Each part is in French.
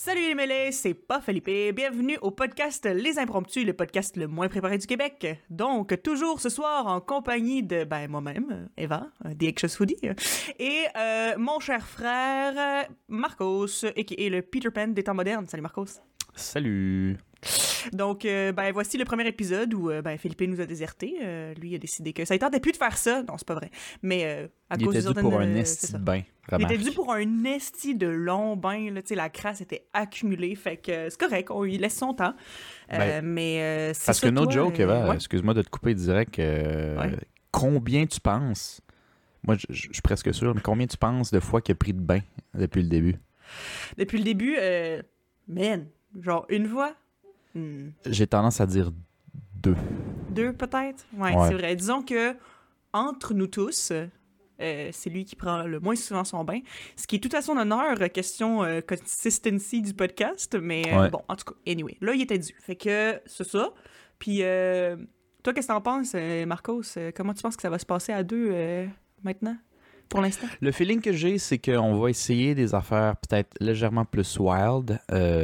Salut les mêlés, c'est pas Felipe. Bienvenue au podcast Les Impromptus, le podcast le moins préparé du Québec. Donc, toujours ce soir en compagnie de, moi-même, Eva, The Anxious Foodie, et mon cher frère Marcos, a.k.a. le Peter Pan des temps modernes. Salut Marcos. Salut. Donc, voici le premier épisode où Felipe nous a désertés. Lui, il a décidé que ça ne tentait plus de faire ça. Non, c'est pas vrai. Mais à cause il était dû pour un esti de bain. Il était dû pour un esti de long bain. Là, la crasse était accumulée. Fait que c'est correct, on lui laisse son temps. Mais c'est parce ça, que no toi, joke, Eva, ouais. Excuse-moi de te couper direct. Combien tu penses, moi je suis presque sûr, mais combien tu penses de fois qu'il a pris de bain depuis le début? Depuis le début, genre une fois? J'ai tendance à dire 2. 2 peut-être? Ouais, c'est vrai. Disons que entre nous tous, c'est lui qui prend le moins souvent son bain, ce qui est tout à son honneur, question consistency du podcast, mais bon, en tout cas, anyway, là, il était dû. Fait que c'est ça. Puis, toi, qu'est-ce que t'en penses, Marcos? Comment tu penses que ça va se passer à 2 maintenant, pour l'instant? Le feeling que j'ai, c'est qu'on va essayer des affaires peut-être légèrement plus wild,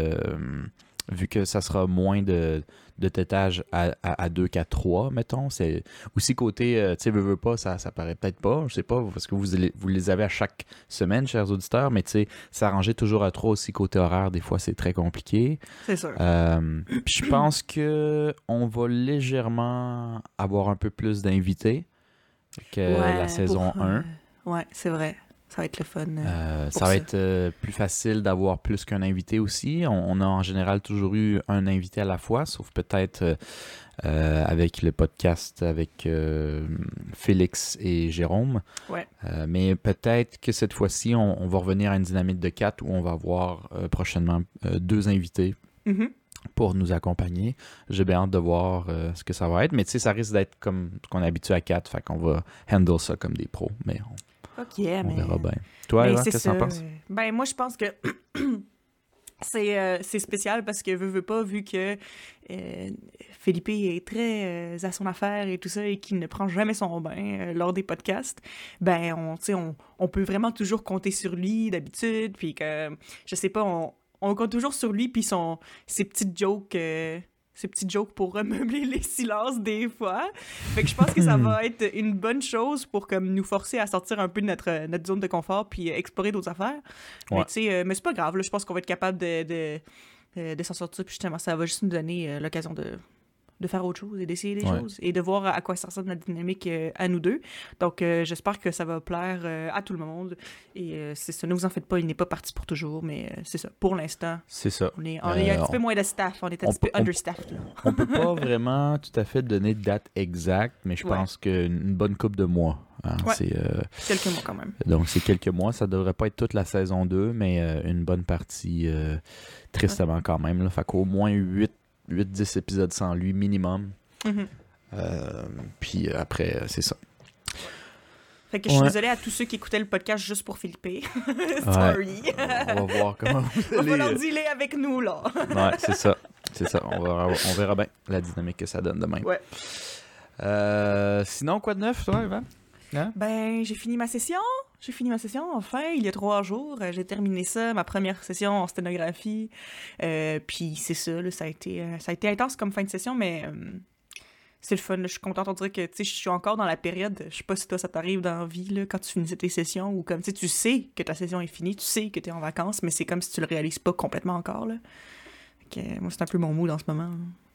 vu que ça sera moins de tétage à 2 qu'à 3, mettons. C'est aussi côté, tu sais, veux pas, ça paraît peut-être pas, je sais pas, parce que vous les avez à chaque semaine, chers auditeurs, mais tu sais, s'arranger toujours à 3 aussi côté horaire, des fois, c'est très compliqué. C'est sûr. Puis je pense que on va légèrement avoir un peu plus d'invités que la saison 1. Ouais, c'est vrai. Ça va être le fun. Ça va être plus facile d'avoir plus qu'un invité aussi. On a en général toujours eu un invité à la fois, sauf peut-être avec le podcast avec Félix et Jérôme. Ouais. Mais peut-être que cette fois-ci, on va revenir à une dynamique de 4 où on va avoir prochainement 2 invités. Mm-hmm. Pour nous accompagner. J'ai bien hâte de voir ce que ça va être. Mais tu sais, ça risque d'être comme ce qu'on est habitué à 4. Fait qu'on va handle ça comme des pros. Mais on verra bien. Toi, Eva, qu'est-ce que t'en penses? Moi, je pense que c'est spécial parce que veux pas, vu que Felipe est très à son affaire et tout ça et qu'il ne prend jamais son bain lors des podcasts, on peut vraiment toujours compter sur lui d'habitude. Puis que, je sais pas, on compte toujours sur lui puis ses petites jokes pour remeubler les silences des fois. Fait que je pense que ça va être une bonne chose pour comme nous forcer à sortir un peu de notre zone de confort puis explorer d'autres affaires. Ouais. Mais tu sais, mais c'est pas grave, là, je pense qu'on va être capable de s'en sortir puis justement ça va juste nous donner l'occasion de faire autre chose et d'essayer des choses et de voir à quoi ça ressemble notre dynamique à nous deux. Donc, j'espère que ça va plaire à tout le monde. Et c'est ça, ne vous en faites pas, il n'est pas parti pour toujours, mais c'est ça. Pour l'instant, c'est ça. on est un petit peu moins de staff, on est un petit peu understaffed. Là. On peut pas vraiment tout à fait donner de date exacte, mais je pense qu'une bonne couple de mois. Hein, c'est, quelques mois quand même. Donc, c'est quelques mois. Ça devrait pas être toute la saison 2, mais une bonne partie, tristement quand même. Là. Fait qu'au moins 8-10 épisodes sans lui minimum. Mm-hmm. Puis après, c'est ça. Fait que je suis désolée à tous ceux qui écoutaient le podcast juste pour Philippe. Sorry. On va voir comment vous allez... On va leur dealer avec nous, là. Ouais, c'est ça. C'est ça. On verra bien la dynamique que ça donne demain. Ouais. Sinon, quoi de neuf, toi, Evan? Hein? J'ai fini ma session. Enfin, il y a 3 jours. J'ai terminé ça, ma première session en sténographie. Puis c'est ça, là, ça a été intense comme fin de session, mais c'est le fun. Là, je suis contente. On dirait que je suis encore dans la période. Je sais pas si toi, ça t'arrive dans la vie, là, quand tu finis tes sessions, ou comme tu sais que ta session est finie, tu sais que tu es en vacances, mais c'est comme si tu le réalises pas complètement encore. Là. Moi, c'est un peu mon mood en ce moment.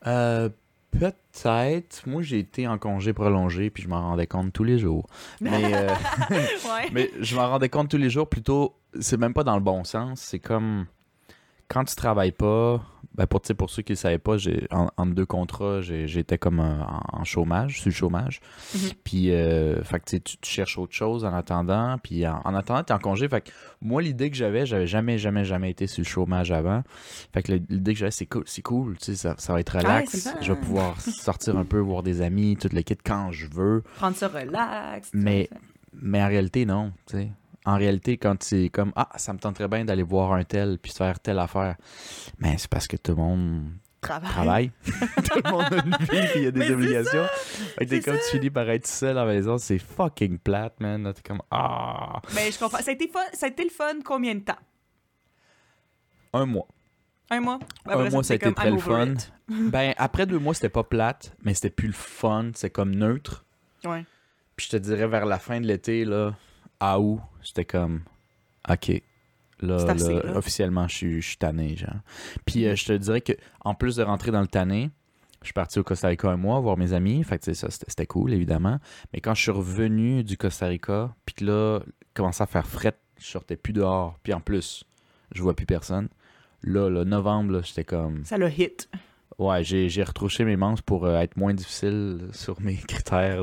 Peut-être. Moi, j'ai été en congé prolongé, puis je m'en rendais compte tous les jours. Mais, mais je m'en rendais compte tous les jours, plutôt, c'est même pas dans le bon sens. C'est comme, quand tu travailles pas, pour ceux qui ne savaient pas, entre 2 contrats, j'étais comme en chômage, sur le chômage. Mm-hmm. Puis, fait que tu cherches autre chose en attendant. Puis, en attendant, tu es en congé. Fait que moi, l'idée que j'avais jamais été sur le chômage avant. Fait que l'idée que j'avais, c'est cool. Tu sais, ça va être relax. Je vais pouvoir sortir un peu, voir des amis, tout le kit quand je veux. Prendre ça relax. Mais en réalité, non. Tu sais. En réalité, quand c'est comme « Ah, ça me tenterait bien d'aller voir un tel puis faire telle affaire », mais c'est parce que tout le monde travaille. Tout le monde a une vie puis il y a des obligations. Fait que quand tu finis par être seul à la maison, c'est fucking plate, man. Là, t'es comme « Ah! » Mais je comprends. Ça a été le fun combien de temps? 1 mois. Un mois? Un mois, ça a été très le fun. It. Ben, après 2 mois, c'était pas plate, mais c'était plus le fun. C'est comme neutre. Ouais. Puis je te dirais, vers la fin de l'été, là, à août, c'était comme, OK, là, assez, là. officiellement, je suis tanné, genre. Puis je te dirais que en plus de rentrer dans le tanné, je suis parti au Costa Rica un mois voir mes amis. Fait que ça, c'était cool, évidemment. Mais quand je suis revenu du Costa Rica, puis que là, commençait à faire fret, je sortais plus dehors. Puis en plus, je vois plus personne. Là, novembre, là, j'étais comme... Ça l'a hit. Ouais, j'ai retrouché mes manches pour être moins difficile sur mes critères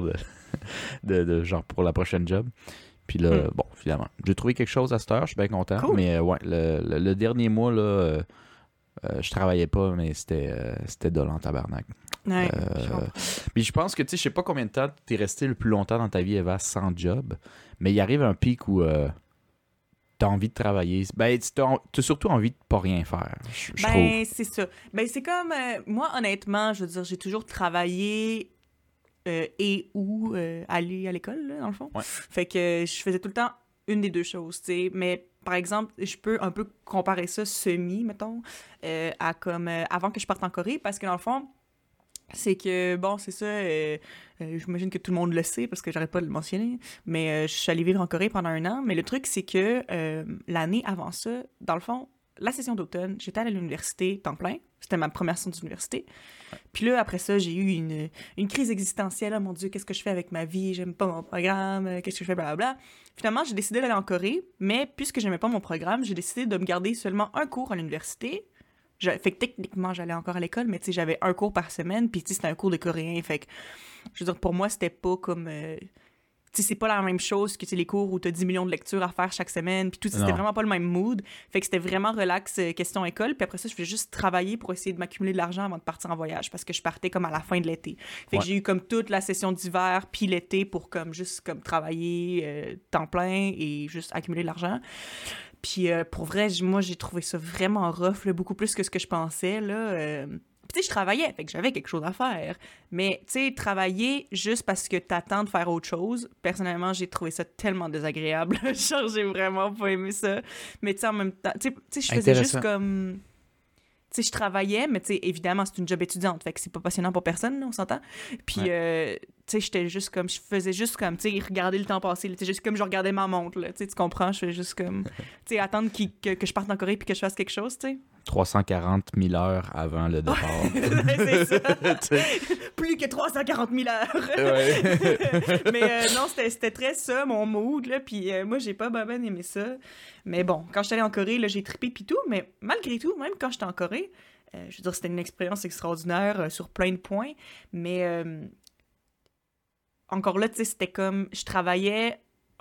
de genre pour la prochaine job. Puis là, bon, finalement, j'ai trouvé quelque chose à cette heure, je suis bien content. Cool. Mais ouais, le dernier mois, là, je travaillais pas, mais c'était dole en tabarnak. Ouais, Puis je pense que, tu sais, je sais pas combien de temps t'es resté le plus longtemps dans ta vie, Eva, sans job, mais il arrive un pic où t'as envie de travailler. Ben, t'as surtout envie de pas rien faire, je trouve. Ben, c'est ça. Ben, c'est comme... moi, honnêtement, je veux dire, j'ai toujours travaillé ou aller à l'école, là, dans le fond. Ouais. Fait que je faisais tout le temps une des deux choses, tu sais. Mais, par exemple, je peux un peu comparer ça mettons, à comme avant que je parte en Corée, parce que, dans le fond, c'est que, bon, c'est ça, j'imagine que tout le monde le sait parce que j'arrête pas de le mentionner, mais je suis allée vivre en Corée pendant 1 an, mais le truc, c'est que l'année avant ça, dans le fond, la session d'automne, j'étais à l'université temps plein, c'était ma première session d'université, puis là, après ça, j'ai eu une crise existentielle, oh mon Dieu, qu'est-ce que je fais avec ma vie, j'aime pas mon programme, qu'est-ce que je fais, blablabla. Finalement, j'ai décidé d'aller en Corée, mais puisque j'aimais pas mon programme, j'ai décidé de me garder seulement un cours à l'université. Fait que techniquement, j'allais encore à l'école, mais tu sais, j'avais un cours par semaine, puis tu sais, c'était un cours de coréen. Fait que, je veux dire, pour moi, c'était pas comme... tu sais, c'est pas la même chose que les cours où t'as 10 millions de lectures à faire chaque semaine, puis tout, c'était vraiment pas le même mood. Fait que c'était vraiment relax, question école, puis après ça, je faisais juste travailler pour essayer de m'accumuler de l'argent avant de partir en voyage, parce que je partais comme à la fin de l'été. Fait que j'ai eu comme toute la session d'hiver, puis l'été, pour comme juste comme travailler temps plein et juste accumuler de l'argent. Puis pour vrai, moi, j'ai trouvé ça vraiment rough, là, beaucoup plus que ce que je pensais, là. Puis tu sais, je travaillais, fait que j'avais quelque chose à faire. Mais tu sais, travailler juste parce que t'attends de faire autre chose, personnellement, j'ai trouvé ça tellement désagréable. Genre, j'ai vraiment pas aimé ça. Mais tu sais, en même temps, tu sais, je faisais juste comme... Tu sais, je travaillais, mais tu sais, évidemment, c'est une job étudiante, fait que c'est pas passionnant pour personne, là, on s'entend. Puis, tu sais, j'étais juste comme, je faisais juste comme, tu sais, regarder le temps passer, tu sais, juste comme je regardais ma montre, là, tu comprends? Je faisais juste comme, tu sais, attendre que je parte en Corée puis que je fasse quelque chose, tu sais. 340 000 heures avant le départ. C'est ça. Plus que 340 000 heures. Ouais. Mais non, c'était très ça, mon mood, là, puis moi, j'ai pas ben aimé ça. Mais bon, quand j'étais allée en Corée, là, j'ai trippé puis tout, mais malgré tout, même quand j'étais en Corée, je veux dire, c'était une expérience extraordinaire sur plein de points, mais encore là, tu sais, c'était comme, je travaillais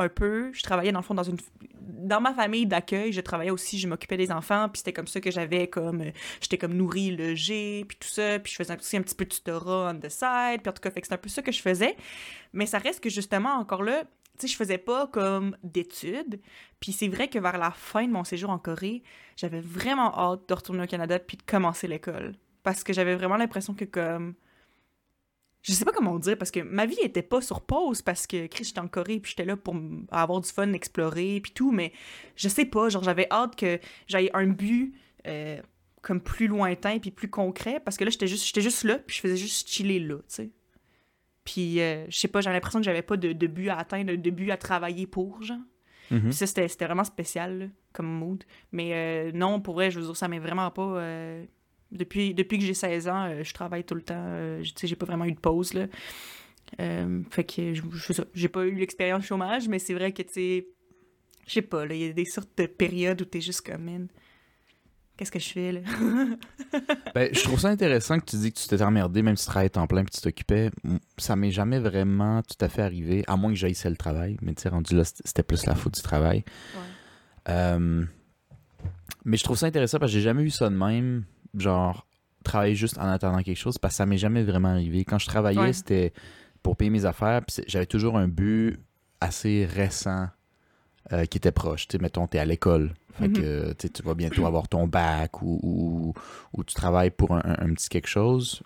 dans le fond dans ma famille d'accueil, je travaillais aussi, je m'occupais des enfants, puis c'était comme ça que j'avais comme, j'étais comme nourrie, logée, puis tout ça, puis je faisais aussi un petit peu de tutorat on the side, puis en tout cas, fait que c'est un peu ça que je faisais, mais ça reste que justement, encore là, tu sais, je faisais pas comme d'études, puis c'est vrai que vers la fin de mon séjour en Corée, j'avais vraiment hâte de retourner au Canada puis de commencer l'école, parce que j'avais vraiment l'impression que comme... Je sais pas comment dire, parce que ma vie était pas sur pause, parce que Chris, j'étais en Corée, puis j'étais là pour avoir du fun, explorer, puis tout, mais je sais pas, genre j'avais hâte que j'aille un but comme plus lointain, puis plus concret, parce que là, j'étais juste là, puis je faisais juste chiller là, tu sais. Puis, je sais pas, j'avais l'impression que j'avais pas de but à atteindre, de but à travailler pour, genre. Mm-hmm. Puis ça, c'était vraiment spécial, là, comme mood. Mais non, pour vrai, je veux dire, ça m'est vraiment pas... Depuis que j'ai 16 ans, je travaille tout le temps. Tu sais, j'ai pas vraiment eu de pause, là. Fait que, j'ai pas eu l'expérience chômage, mais c'est vrai que, tu sais, je sais pas, là, il y a des sortes de périodes où t'es juste comme, man, qu'est-ce que je fais, là? Ben, je trouve ça intéressant que tu dis que tu t'étais emmerdé, même si tu travaillais temps plein et que tu t'occupais. Ça m'est jamais vraiment tout à fait arrivé, à moins que j'haïssais le travail. Mais tu sais, rendu là, c'était plus la faute du travail. Ouais. Mais je trouve ça intéressant parce que j'ai jamais eu ça de même. Genre, travailler juste en attendant quelque chose, parce que ça m'est jamais vraiment arrivé. Quand je travaillais, c'était pour payer mes affaires, puis j'avais toujours un but assez récent qui était proche. Tu sais, mettons, t'es à l'école, fait que tu vas bientôt avoir ton bac ou tu travailles pour un petit quelque chose.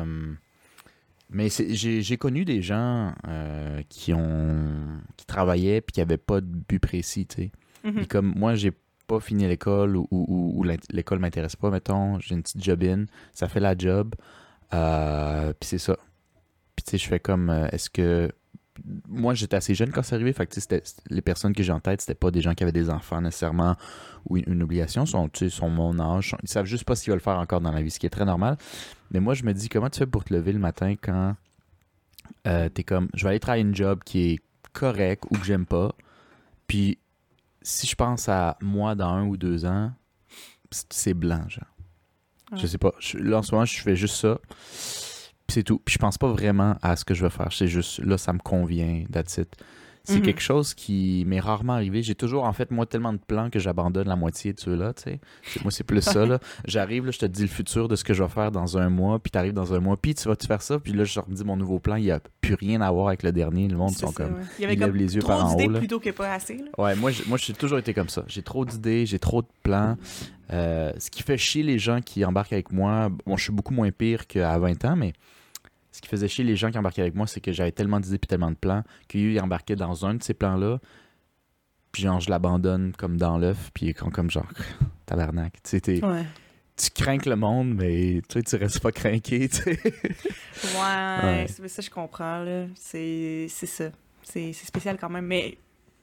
Mais j'ai connu des gens qui travaillaient puis qui n'avaient pas de but précis, tu sais. Et comme moi, j'ai pas fini l'école ou l'école m'intéresse pas, mettons, j'ai une petite job-in, ça fait la job, puis c'est ça. Puis tu sais, je fais comme, est-ce que... Moi, j'étais assez jeune quand c'est arrivé, fait que tu sais, les personnes que j'ai en tête, c'était pas des gens qui avaient des enfants nécessairement ou une obligation, sont mon âge, ils savent juste pas s'ils veulent le faire encore dans la vie, ce qui est très normal. Mais moi, je me dis, comment tu fais pour te lever le matin quand t'es comme, je vais aller travailler une job qui est correcte ou que j'aime pas, puis si je pense à moi dans 1 ou 2 ans, c'est blanc, genre. Ouais. Je sais pas. Là, en ce moment, je fais juste ça. Puis c'est tout. Puis je pense pas vraiment à ce que je vais faire. C'est juste, là, ça me convient, that's it. C'est quelque chose qui m'est rarement arrivé. J'ai toujours, en fait, moi, tellement de plans que j'abandonne la moitié de ceux-là, tu sais. Moi, c'est plus ça, là. J'arrive, là, je te dis le futur de ce que je vais faire dans 1 mois, puis t'arrives dans 1 mois, puis tu vas-tu faire ça, puis là, je te redis mon nouveau plan, il y a plus rien à voir avec le dernier. Le monde C'est sont ça, comme... ouais. Il y avait ils comme lèvent les yeux trop par en haut, d'idées là. plutôt que pas assez, là. Ouais, moi, j'ai toujours été comme ça. J'ai trop d'idées, j'ai trop de plans. Ce qui fait chier les gens qui embarquent avec moi, bon, je suis beaucoup moins pire qu'à 20 ans, mais ce qui faisait chier les gens qui embarquaient avec moi, c'est que j'avais tellement d'idées puis tellement de plans qu'ils embarquaient dans un de ces plans-là, puis genre, je l'abandonne comme dans l'œuf, puis comme genre, tabarnak. Tu sais, Ouais. tu crains le monde, mais tu restes pas craqué, tu sais. Ouais, ça, je comprends, là. C'est ça. C'est spécial quand même, mais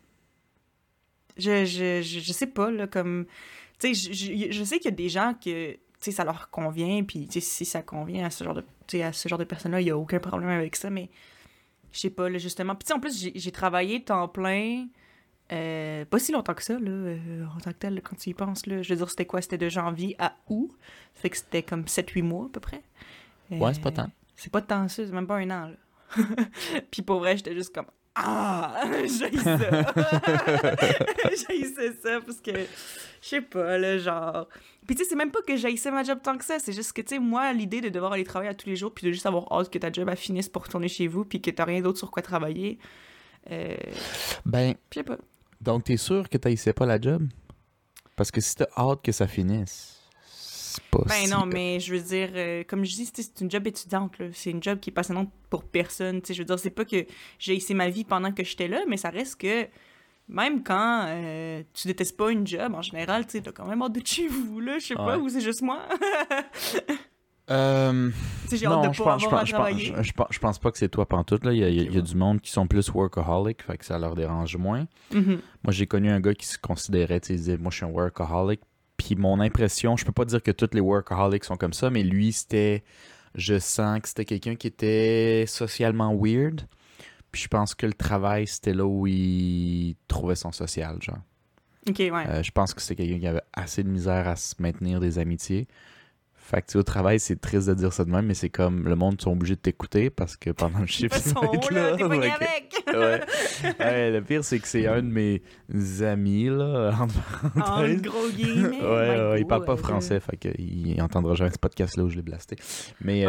je sais pas, là, comme... Tu sais, je sais qu'il y a des gens que, tu sais, ça leur convient, puis, tu sais, si ça convient à ce genre de, tu sais, à ce genre de personnes-là, il y a aucun problème avec ça, mais je sais pas, là, justement. Puis, tu sais, en plus, j'ai travaillé temps plein, pas si longtemps que ça, là, en tant que tel, quand tu y penses, là. Je veux dire, c'était quoi? C'était de janvier à août, ça fait que c'était comme 7-8 mois, à peu près. Ouais, c'est pas tant. C'est pas tant ça, c'est même pas 1 an, là. Puis pour vrai, j'étais juste comme « Ah! J'haïs ça! » J'haïssais ça parce que, je sais pas, là, genre... Puis tu sais, c'est même pas que j'haïssais ma job tant que ça, c'est juste que, tu sais, moi, l'idée de devoir aller travailler à tous les jours puis de juste avoir hâte que ta job, elle finisse pour retourner chez vous puis que t'as rien d'autre sur quoi travailler, Ben, je sais pas. donc t'es sûr que t'haïssais pas la job? Parce que si t'as hâte que ça finisse, c'est pas Ben si... non, mais je veux dire, comme je dis, c'est une job étudiante, là. C'est une job qui est passionnante pour personne, tu sais. Je veux dire, c'est pas que j'ai essayé ma vie pendant que j'étais là, mais ça reste que même quand tu détestes pas une job, en général, tu sais, t'as quand même hâte de chez vous, là. Je sais pas, ou c'est juste moi. Tu sais, j'ai hâte de pas avoir à travailler. Je pense pas que c'est toi pantoute, là. Il y a du monde qui sont plus workaholic, fait que ça leur dérange moins. Mhm. Moi, j'ai connu un gars qui se considérait, tu sais, il disait, moi, je suis un workaholic. Puis mon impression, je peux pas dire que tous les workaholics sont comme ça, mais lui, c'était... Je sens que c'était quelqu'un qui était socialement weird. Puis je pense que le travail, c'était là où il trouvait son social, genre. OK, ouais. Je pense que c'est quelqu'un qui avait assez de misère à se maintenir des amitiés. Fait que tu sais, au travail, c'est triste de dire ça de même, mais c'est comme le monde sont obligés de t'écouter parce que pendant le chiffre, Ils sont là, t'es pogné avec! Ouais. Ouais, le pire, c'est que c'est un de mes amis, là, entre En parenthèses. gros guillemets. Ouais, il parle pas français, fait qu'il entendra jamais ce podcast-là où je l'ai blasté. Mais,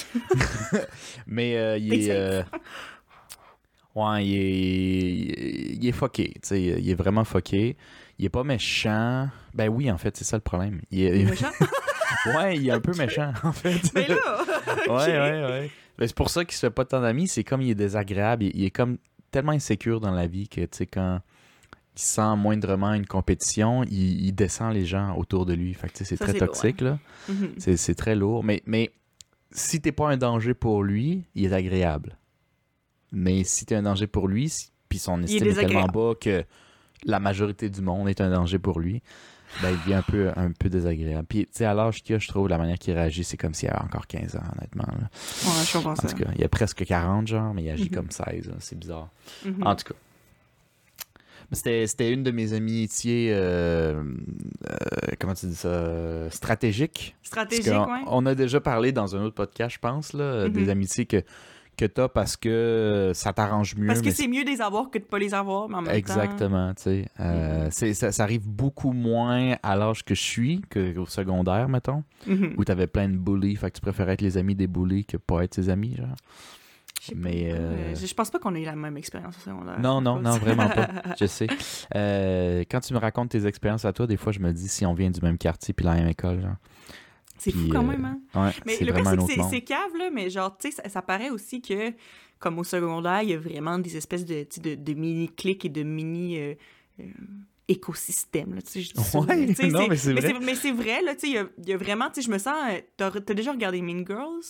il est... ouais, il est fucké, tu sais, il est vraiment fucké. Il est pas méchant. Ben oui, en fait, c'est ça le problème. Il est méchant? Ouais, il est un peu méchant, en fait. Mais là! Ouais. Ben, c'est pour ça qu'il se fait pas tant d'amis. C'est comme il est désagréable. Il est comme tellement insécure dans la vie que, tu sais, quand il sent moindrement une compétition, il descend les gens autour de lui. Fait que, tu sais, c'est Ça, très c'est toxique, lourd, là. Mhm. C'est très lourd. Mais si t'es pas un danger pour lui, il est agréable. Mais si t'es un danger pour lui, puis son estime est tellement bas que la majorité du monde est un danger pour lui, ben, il devient un peu désagréable. Puis, tu sais, à l'âge qu'il a, je trouve, la manière qu'il réagit, c'est comme s'il avait encore 15 ans, honnêtement. Là. Ouais, je comprends ça. En tout cas, il a presque 40, genre, mais il agit comme 16. Là. C'est bizarre. En tout cas. C'était une de mes amitiés, comment tu dis ça, stratégiques. Stratégique, ouais. On a déjà parlé dans un autre podcast, je pense, là, des amitiés que t'as parce que ça t'arrange mieux. Parce que c'est mieux de les avoir que de pas les avoir, mais en même Exactement, tu sais. Ça arrive beaucoup moins à l'âge que je suis qu'au secondaire, mettons, où t'avais plein de bullies, fait que tu préférais être les amis des bullies que pas être ses amis, genre. Mais je pense pas qu'on ait eu la même expérience au secondaire. Non, vraiment pas. Je sais. Quand tu me racontes tes expériences à toi, des fois, je me dis si on vient du même quartier puis la même école, genre. C'est fou quand même, hein? Ouais, mais c'est le pire, vraiment c'est un que autre c'est cave, là, mais genre, tu sais, ça paraît aussi que, comme au secondaire, il y a vraiment des espèces de mini-clics et de écosystème, là, tu sais, je dis ça, Ouais, tu sais, non, mais c'est vrai. Mais c'est vrai, là, tu sais, il y a vraiment, tu sais, je me sens... T'as déjà regardé Mean Girls?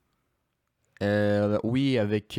Oui, avec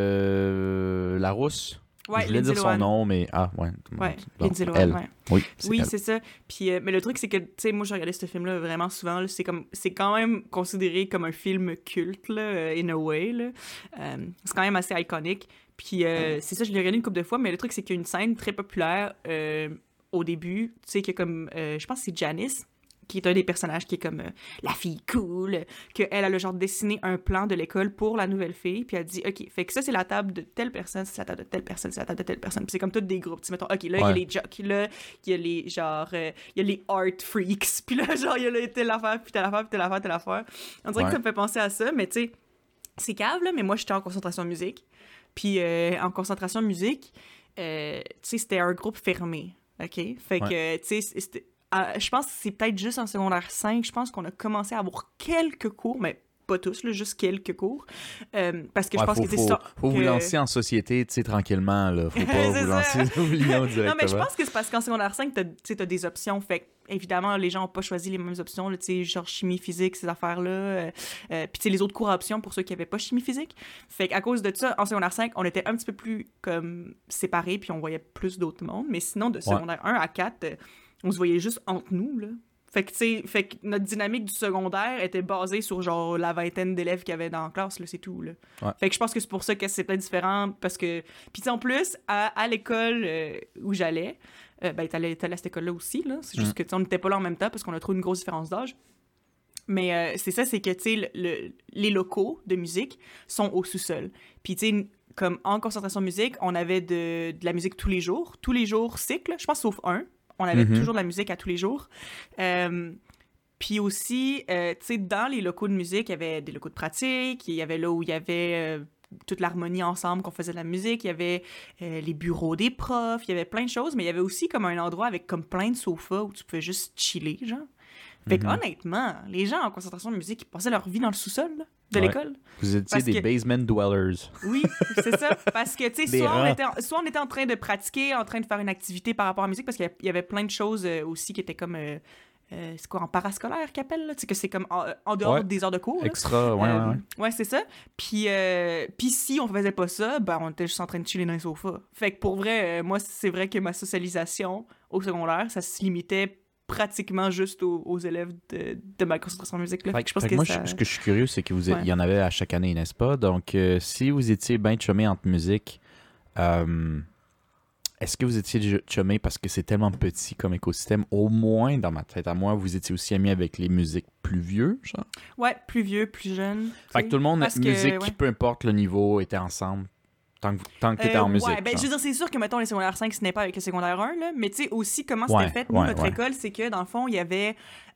la rousse. Ouais, Je voulais Lindsay dire son Lohan. nom, mais... Ah, ouais. Ouais, Bon, Lindsay Lohan, elle. ouais. Oui, Oui, elle. c'est ça. Puis, mais le truc, c'est que, tu sais, moi, j'ai regardé ce film-là vraiment souvent. Là, c'est quand même considéré comme un film culte, là, in a way. Là. C'est quand même assez iconique. Puis, c'est ça, je l'ai regardé une couple de fois, mais le truc, c'est qu'il y a une scène très populaire au début, tu sais, que comme, je pense que c'est Janice, qui est un des personnages qui est comme la fille cool, qu'elle a le genre dessiné un plan de l'école pour la nouvelle fille, puis elle dit, OK, fait que ça, c'est la table de telle personne, c'est la table de telle personne, c'est la table de telle personne. Puis c'est comme tous des groupes. Tu mettons, OK, là, il y a les jocks, là, il y a les, genre, il y a les art freaks, puis là, genre, il y a telle affaire, puis telle affaire, puis telle affaire, telle affaire. On dirait que ça me fait penser à ça, mais tu sais, c'est cave, là, mais moi, j'étais en concentration musique. Puis en concentration musique, tu sais, c'était un groupe fermé, OK? Fait que, tu sais, c'était... je pense que c'est peut-être juste en secondaire 5, je pense qu'on a commencé à avoir quelques cours, mais pas tous, là, juste quelques cours. Parce que je pense que c'est ça. Faut vous lancer en société, tu sais, tranquillement, là. Faut pas vous lancer au lion directement. Non, mais je pense que c'est parce qu'en secondaire 5, t'as des options. Fait évidemment, les gens n'ont pas choisi les mêmes options, tu sais, genre chimie, physique, ces affaires-là. Puis, tu sais, les autres cours à options pour ceux qui n'avaient pas chimie, physique. Fait qu'à cause de ça, en secondaire 5, on était un petit peu plus, comme, séparés, puis on voyait plus d'autres mondes. Mais sinon, de secondaire 1 à 4, on se voyait juste entre nous, là. Fait que, tu sais, fait que notre dynamique du secondaire était basée sur, genre, la vingtaine d'élèves qu'il y avait dans la classe, là, c'est tout, là. Ouais. Fait que je pense que c'est pour ça que c'est peut-être différent, parce que... Puis, tu sais, en plus, à l'école où j'allais, ben, t'allais à cette école-là aussi, là. C'est juste que, tu sais, on n'était pas là en même temps, parce qu'on a trop une grosse différence d'âge. Mais c'est ça, c'est que, tu sais, les locaux de musique sont au sous-sol. Puis, tu sais, comme en concentration musique, on avait de la musique tous les jours cycle, je pense, sauf un. On avait toujours de la musique à tous les jours. Puis aussi, tu sais, dans les locaux de musique, il y avait des locaux de pratique, il y avait là où il y avait toute l'harmonie ensemble qu'on faisait de la musique, il y avait les bureaux des profs, il y avait plein de choses, mais il y avait aussi comme un endroit avec comme plein de sofas où tu pouvais juste chiller, genre. Fait qu'honnêtement, les gens en concentration de musique, ils passaient leur vie dans le sous-sol, là, de l'école. Vous étiez des basement dwellers. Oui, c'est ça. Parce que, tu sais, soit on était en train de pratiquer, en train de faire une activité par rapport à la musique, parce qu'il y avait plein de choses aussi qui étaient comme... c'est quoi, en parascolaire qu'ils appellent, là? Tu sais, que c'est comme en dehors des heures de cours. Extra, ouais. Ouais, c'est ça. Puis si on faisait pas ça, ben on était juste en train de chiller dans les sofas. Fait que pour vrai, moi, c'est vrai que ma socialisation au secondaire, ça se limitait pratiquement juste aux élèves de ma concentration musique. Là. Je pense que moi, ça... ce que je suis curieux, c'est que il y en avait à chaque année, n'est-ce pas? Donc, si vous étiez bien chumé entre musique, est-ce que vous étiez chumé parce que c'est tellement petit comme écosystème? Au moins, dans ma tête à moi, vous étiez aussi amis avec les musiques plus vieux, genre? Ouais, plus vieux, plus jeunes. Fait que tout le monde, musique, peu importe le niveau, était ensemble. Tant que t'étais en musique. Ouais, ben, je veux dire, c'est sûr que, mettons, les secondaires 5, ce n'est pas avec le secondaire 1, là, mais tu sais, aussi, comment c'était fait, nous, notre école, c'est que, dans le fond, il y avait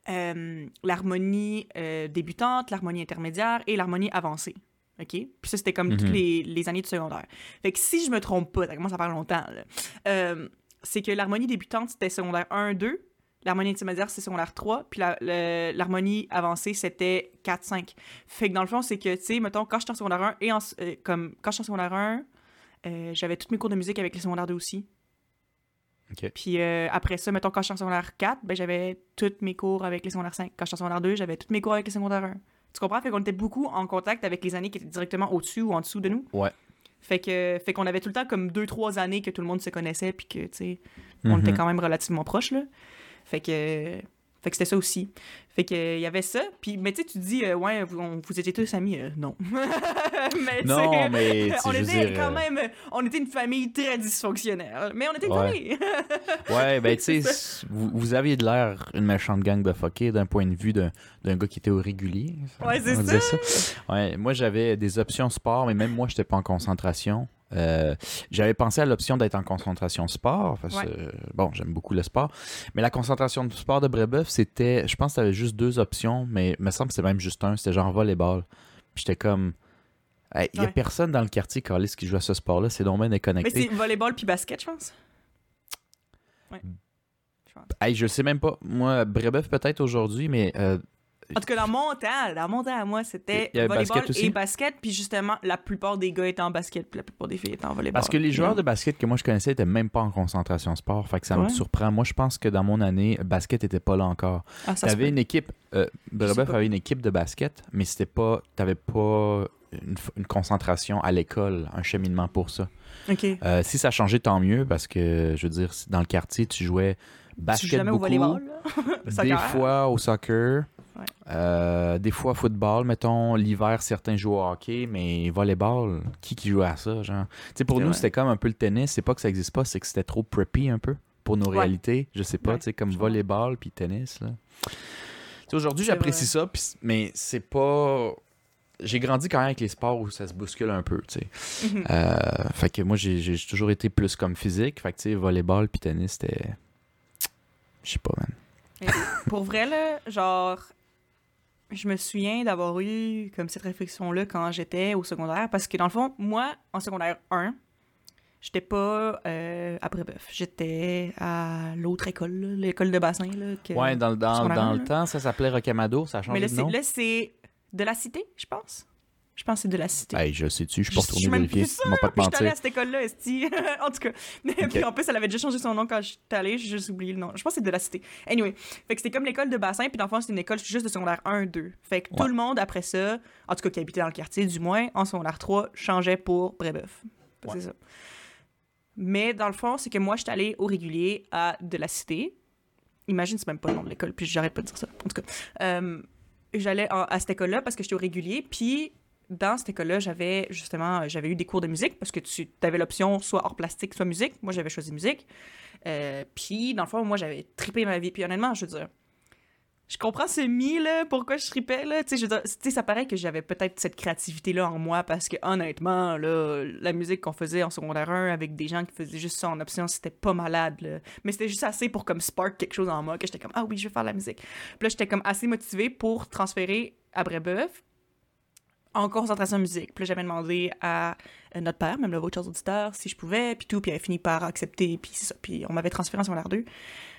l'harmonie débutante, l'harmonie intermédiaire et l'harmonie avancée. OK? Puis ça, c'était comme toutes les années de secondaire. Fait que si je me trompe pas, ça commence à faire longtemps, là, c'est que l'harmonie débutante, c'était secondaire 1, 2, l'harmonie intermédiaire, c'est secondaire 3, puis l'harmonie avancée, c'était 4, 5. Fait que dans le fond, c'est que, tu sais, mettons, quand j'étais en secondaire 1, quand j'étais en secondaire 1, j'avais tous mes cours de musique avec les secondaires 2 aussi. Okay. Puis après ça, mettons, quand j'étais en secondaire 4, ben, j'avais tous mes cours avec les secondaires 5. Quand j'étais en secondaire 2, j'avais tous mes cours avec les secondaires 1. Tu comprends? Fait qu'on était beaucoup en contact avec les années qui étaient directement au-dessus ou en dessous de nous. Ouais. Fait qu'on avait tout le temps comme 2-3 années que tout le monde se connaissait puis que, tu sais, on était quand même relativement proches, là. Fait que c'était ça aussi. Fait que il y avait ça. Puis, mais tu sais, tu dis, ouais, vous étiez tous amis. Non. Mais non, mais on était dire, quand même... On était une famille très dysfonctionnelle. Mais on était une famille. Ouais, ben tu sais, vous aviez de l'air une méchante gang de fuckés d'un point de vue d'un gars qui était au régulier. Ouais, c'est ça. Ouais, moi, j'avais des options sport, mais même moi, j'étais pas en concentration. J'avais pensé à l'option d'être en concentration sport parce que bon, j'aime beaucoup le sport, mais la concentration de sport de Brébeuf, c'était, je pense que t'avais juste 2 options, mais il me semble que c'était même juste un, c'était genre volleyball. Puis j'étais comme il y a personne dans le quartier Caliste qui joue à ce sport-là, c'est donc bien déconnecté. Mais c'est volleyball puis basket, je pense. Ouais. Je sais même pas. Moi, Brébeuf peut-être aujourd'hui, mais En tout cas, dans mon temps, à moi, c'était Il y avait volleyball basket aussi? et basket, puis justement, la plupart des gars étaient en basket, puis la plupart des filles étaient en volleyball. Parce que les joueurs de basket que moi je connaissais étaient même pas en concentration sport. Fait que ça me Ouais. surprend. Moi, je pense que dans mon année, basket était pas là encore. Ah, ça se T'avais peut. une équipe, Brébeuf pas. avait une équipe de basket, mais c'était pas, t'avais pas une concentration à l'école, un cheminement pour ça. OK. Si ça a changé, tant mieux, parce que, je veux dire, dans le quartier, tu jouais Tu joues basket jamais au beaucoup, volleyball, là? des Soccer. fois au soccer, des fois football, mettons. L'hiver, certains jouent au hockey, mais volleyball, qui joue à ça, genre? Tu sais, pour C'est nous, vrai. c'était comme un peu le tennis. C'est pas que ça existe pas, c'est que c'était trop preppy un peu pour nos Ouais. réalités. Je sais pas, Ouais, tu sais, comme je comprends. volleyball puis tennis, là. Tu sais, aujourd'hui, C'est j'apprécie vrai. ça, mais c'est pas... J'ai grandi quand même avec les sports où ça se bouscule un peu, tu sais. Mhm. Fait que moi, j'ai toujours été plus comme physique. Fait que, tu sais, volleyball puis tennis, c'était... Je sais pas, man. Mais pour vrai, là, genre, je me souviens d'avoir eu comme cette réflexion-là quand j'étais au secondaire, parce que dans le fond, moi, en secondaire 1, j'étais pas à Brébeuf. J'étais à l'autre école, là, l'école de bassin. Là, Ouais, dans secondaire un, le là. temps, ça s'appelait Rocamadour, ça a Mais changé de nom. là, c'est de la cité, je pense. Je pense que c'est de la cité. Hey, je sais-tu, je suis pas Je retourné suis même vérifier. plus sûre, On va pas te Puis j'étais allée mentir. à cette école-là, esti. En tout cas. Puis en plus, elle avait déjà changé son nom quand j'étais allée. J'ai juste oublié le nom. Je pense que c'est de la cité. Anyway. Fait que c'était comme l'école de bassin. Puis dans le fond, c'était une école juste de secondaire 1, 2. Fait que tout Ouais. le monde, après ça, en tout cas qui habitait dans le quartier, du moins, en secondaire 3, changeait pour Brébeuf. Fait que Ouais. C'est ça. Mais dans le fond, c'est que moi, j'étais allée au régulier à de la cité. Imagine, c'est même pas le nom de l'école. Puis j'arrête pas de dire ça. En tout cas. J'allais à cette école-là parce que j'étais au régulier. Puis dans cette école-là, j'avais eu des cours de musique parce que tu avais l'option soit hors plastique, soit musique. Moi, j'avais choisi musique. Puis, dans le fond, moi, j'avais trippé ma vie. Puis, honnêtement, je veux dire, je comprends là, pourquoi je trippais, là. Tu sais, je veux dire, tu sais, ça paraît que j'avais peut-être cette créativité-là en moi parce que, honnêtement, là, la musique qu'on faisait en secondaire 1 avec des gens qui faisaient juste ça en option, c'était pas malade, là. Mais c'était juste assez pour, comme, spark quelque chose en moi que j'étais comme, ah oui, je veux faire de la musique. Puis là, j'étais comme assez motivée pour transférer à Brébeuf en concentration musique. Puis là, j'avais demandé à notre père, même le vôtre, chers auditeurs, si je pouvais, puis tout, puis il avait fini par accepter, puis c'est ça. Puis on m'avait transféré en secondaire 2.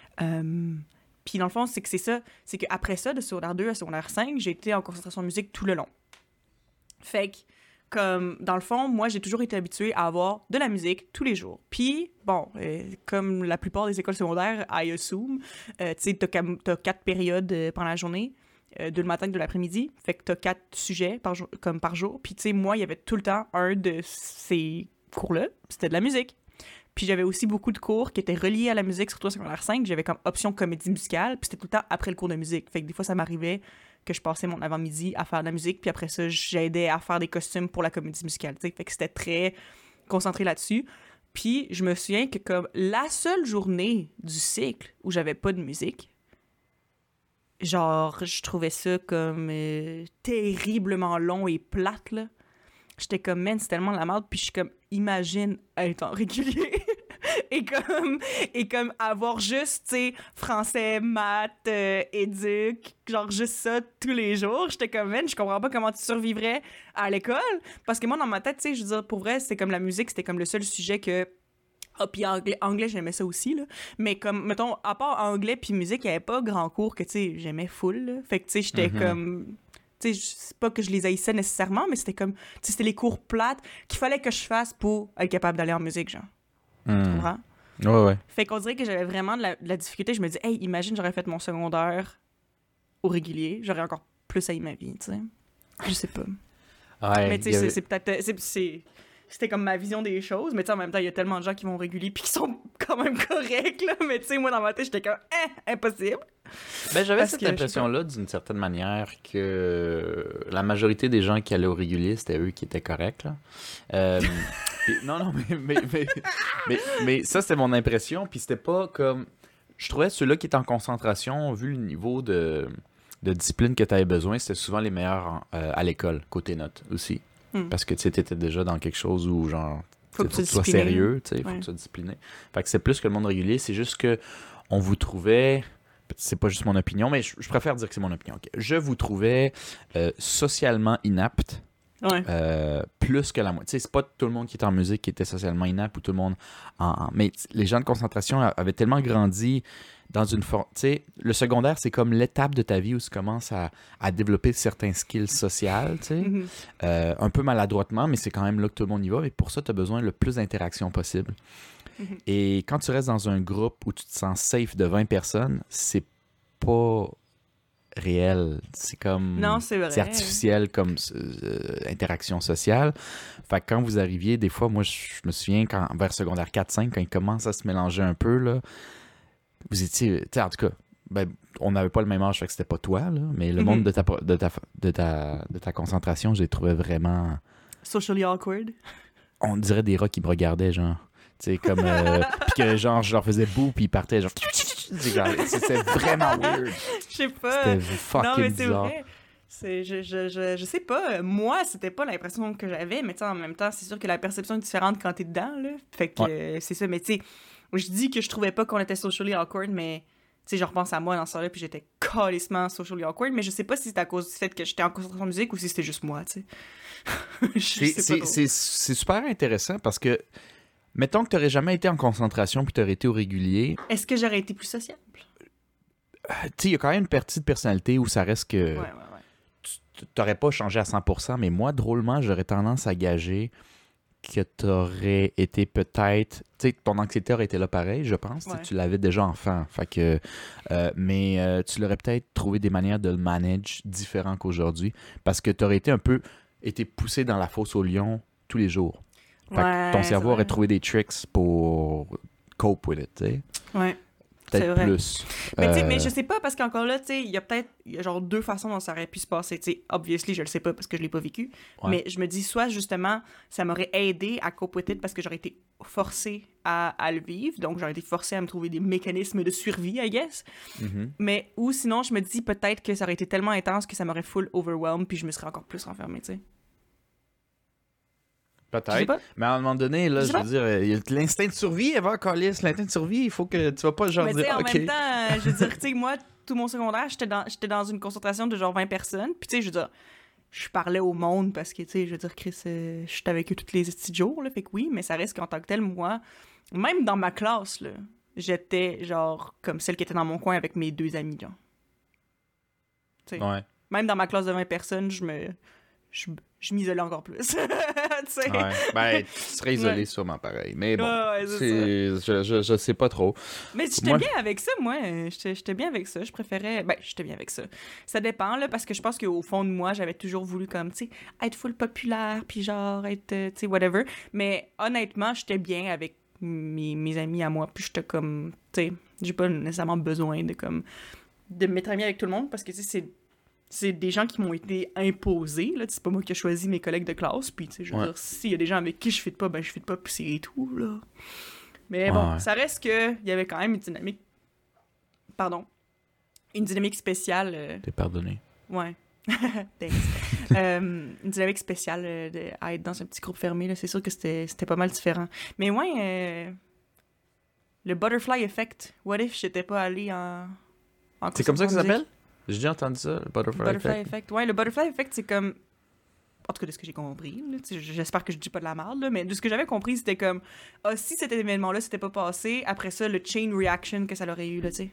Puis dans le fond, c'est que c'est ça. C'est qu'après ça, de secondaire 2 à secondaire 5, j'ai été en concentration musique tout le long. Fait que, comme, dans le fond, moi, j'ai toujours été habituée à avoir de la musique tous les jours. Puis, bon, comme la plupart des écoles secondaires, I assume, tu sais, t'as 4 périodes pendant la journée. De le matin et de l'après-midi. Fait que t'as 4 sujets par jour. Puis, tu sais, moi, il y avait tout le temps un de ces cours-là. C'était de la musique. Puis, j'avais aussi beaucoup de cours qui étaient reliés à la musique, surtout au secondaire 5. J'avais comme option comédie musicale. Puis, c'était tout le temps après le cours de musique. Fait que des fois, ça m'arrivait que je passais mon avant-midi à faire de la musique. Puis après ça, j'aidais à faire des costumes pour la comédie musicale. T'sais. Fait que c'était très concentré là-dessus. Puis, je me souviens que comme la seule journée du cycle où j'avais pas de musique, genre, je trouvais ça comme terriblement long et plate, là. J'étais comme, man, c'est tellement de la merde. Puis je suis comme, imagine être en régulier et comme avoir juste, tu sais, français, maths, éduc, genre juste ça tous les jours. J'étais comme, man, je comprends pas comment tu survivrais à l'école. Parce que moi, dans ma tête, tu sais, je veux dire, pour vrai, c'était comme la musique, c'était comme le seul sujet que... Ah, puis anglais, j'aimais ça aussi, là. Mais comme, mettons, à part anglais puis musique, il n'y avait pas grand cours que, tu sais, j'aimais full, là. Fait que, tu sais, j'étais comme... Tu sais, c'est pas que je les haïssais nécessairement, mais c'était comme... Tu sais, c'était les cours plates qu'il fallait que je fasse pour être capable d'aller en musique, genre. Tu comprends? Ouais. Fait qu'on dirait que j'avais vraiment de la difficulté. Je me dis, hey, imagine, j'aurais fait mon secondaire au régulier. J'aurais encore plus haï ma vie, tu sais. Je sais pas. Ouais, Mais tu sais, c'est peut-être... C'était comme ma vision des choses, mais tu sais, en même temps, il y a tellement de gens qui vont régulier puis qui sont quand même corrects, là. Mais tu sais, moi, dans ma tête, j'étais comme, impossible. Ben, j'avais Parce cette que, impression-là, d'une certaine manière, que la majorité des gens qui allaient au régulier, c'était eux qui étaient corrects, là. Puis, non, mais ça, c'était mon impression, puis c'était pas comme... Je trouvais ceux-là qui étaient en concentration, vu le niveau de discipline que tu avais besoin, c'était souvent les meilleurs à l'école, côté notes aussi. Parce que tu étais déjà dans quelque chose où, genre, faut que tu sois discipliné. sérieux, tu sais, faut que tu sois discipliné. Fait que c'est plus que le monde régulier, c'est juste que on vous trouvait, c'est pas juste mon opinion, mais je préfère dire que c'est mon opinion. Okay. Je vous trouvais socialement inapte Ouais. Plus que la moitié. C'est pas tout le monde qui est en musique qui était socialement inapte ou tout le monde mais les gens de concentration avaient tellement grandi dans une forme. Tu sais, le secondaire, c'est comme l'étape de ta vie où tu commences à développer certains skills sociaux, tu sais. Mhm. Un peu maladroitement, mais c'est quand même là que tout le monde y va. Et pour ça, tu as besoin le plus d'interaction possible. Mhm. Et quand tu restes dans un groupe où tu te sens safe de 20 personnes, c'est pas réel. C'est comme... Non, c'est vrai. C'est artificiel comme interaction sociale. Fait que quand vous arriviez, des fois, moi, je me souviens, vers secondaire 4-5, quand ils commencent à se mélanger un peu, là, vous étiez... Tu sais, en tout cas, ben, on n'avait pas le même âge, fait que c'était pas toi, là, mais le monde de ta concentration, je les trouvais vraiment... Socially awkward. On dirait des rats qui me regardaient, genre... Tu sais, comme... puis que, genre, je leur faisais boue, puis ils partaient, genre... C'était vraiment weird. Je sais pas. C'était fucking Non, mais c'est bizarre. vrai. Je sais pas. Moi, c'était pas l'impression que j'avais, mais tu sais, en même temps, c'est sûr que la perception est différente quand t'es dedans, là. Fait que c'est ça. Mais tu sais, je dis que je trouvais pas qu'on était socially awkward, mais tu sais, je repense à moi dans ce temps-là, puis j'étais calissement socially awkward, mais je sais pas si c'était à cause du fait que j'étais en concentration de musique ou si c'était juste moi, tu sais. Je sais pas trop. C'est super intéressant parce que, mettons que tu n'aurais jamais été en concentration puis tu aurais été au régulier, Est-ce que j'aurais été plus sociable? tu sais, il y a quand même une partie de personnalité où ça reste que Ouais. tu n'aurais pas changé à 100%, mais moi, drôlement, j'aurais tendance à gager que tu aurais été peut-être... Tu sais, ton anxiété aurait été là pareil, je pense. Ouais. Tu l'avais déjà enfant. Fait que, mais tu l'aurais peut-être trouvé des manières de le manage différents qu'aujourd'hui parce que tu aurais été poussé dans la fosse au lion tous les jours. Fait que ton cerveau aurait trouvé des tricks pour cope with it, tu sais. Ouais. Peut-être vrai. plus. Mais, tu sais, mais je sais pas, parce qu'encore là, tu sais, il y a genre deux façons dont ça aurait pu se passer. Tu sais, obviously, je le sais pas parce que je l'ai pas vécu. Ouais. Mais je me dis, soit justement, ça m'aurait aidé à cope with it parce que j'aurais été forcée à le vivre. Donc, j'aurais été forcée à me trouver des mécanismes de survie, I guess. Mhm. Mais, ou sinon, je me dis peut-être que ça aurait été tellement intense que ça m'aurait full overwhelmed puis je me serais encore plus renfermée, tu sais. Je sais Peut-être. pas. Mais à un moment donné, là, Je sais je veux pas. dire, il y a l'instinct de survie, Eva Callis. L'instinct de survie, il faut que tu vas pas genre Mais tu sais, dire, en OK. même temps, je veux dire, tu sais, moi, tout mon secondaire, j'étais dans une concentration de genre 20 personnes. Puis tu sais, je veux dire, je parlais au monde parce que, tu sais, je veux dire, Chris, j'étais avec eux tous les petits jours, là, fait que oui, mais ça reste qu'en tant que tel, moi, même dans ma classe, là, j'étais genre comme celle qui était dans mon coin avec mes deux amis, genre. Tu sais, Ouais. même dans ma classe de 20 personnes, je m'isolais encore plus. Tu sais. Ouais. Ben, tu serais isolé Ouais. sûrement pareil. Mais bon, Ouais, c'est je sais pas trop. Mais j'étais Moi, bien avec ça, moi. J'étais bien avec ça. Je préférais... Ben, j'étais bien avec ça. Ça dépend, là, parce que je pense qu'au fond de moi, j'avais toujours voulu, comme, tu sais, être full populaire, puis genre, être, tu sais, whatever. Mais honnêtement, j'étais bien avec mes amis à moi. Puis j'étais comme, tu sais, j'ai pas nécessairement besoin de m'être amie avec tout le monde, parce que, tu sais, c'est des gens qui m'ont été imposés, là. C'est pas moi qui ai choisi mes collègues de classe. Puis, tu sais, je veux dire, s'il y a des gens avec qui je fit pas, ben, je fit pas, puis c'est tout, là. Mais bon, Ouais. ça reste que il y avait quand même une dynamique... Pardon. Une dynamique spéciale... T'es pardonné. Ouais. Thanks. Une dynamique spéciale à être dans un petit groupe fermé, là. C'est sûr que c'était pas mal différent. Mais ouais, le Butterfly Effect. What if j'étais pas allée en C'est comme ça que ça musique? s'appelle? J'ai déjà entendu ça, le Butterfly Butterfly Effect. Effect. Ouais, le Butterfly Effect, c'est comme... En tout cas, de ce que j'ai compris, là, tu sais, j'espère que je dis pas de la merde, là, mais de ce que j'avais compris, c'était comme... Ah, si cet événement-là s'était pas passé, après ça, le chain reaction que ça aurait eu, là, tu sais.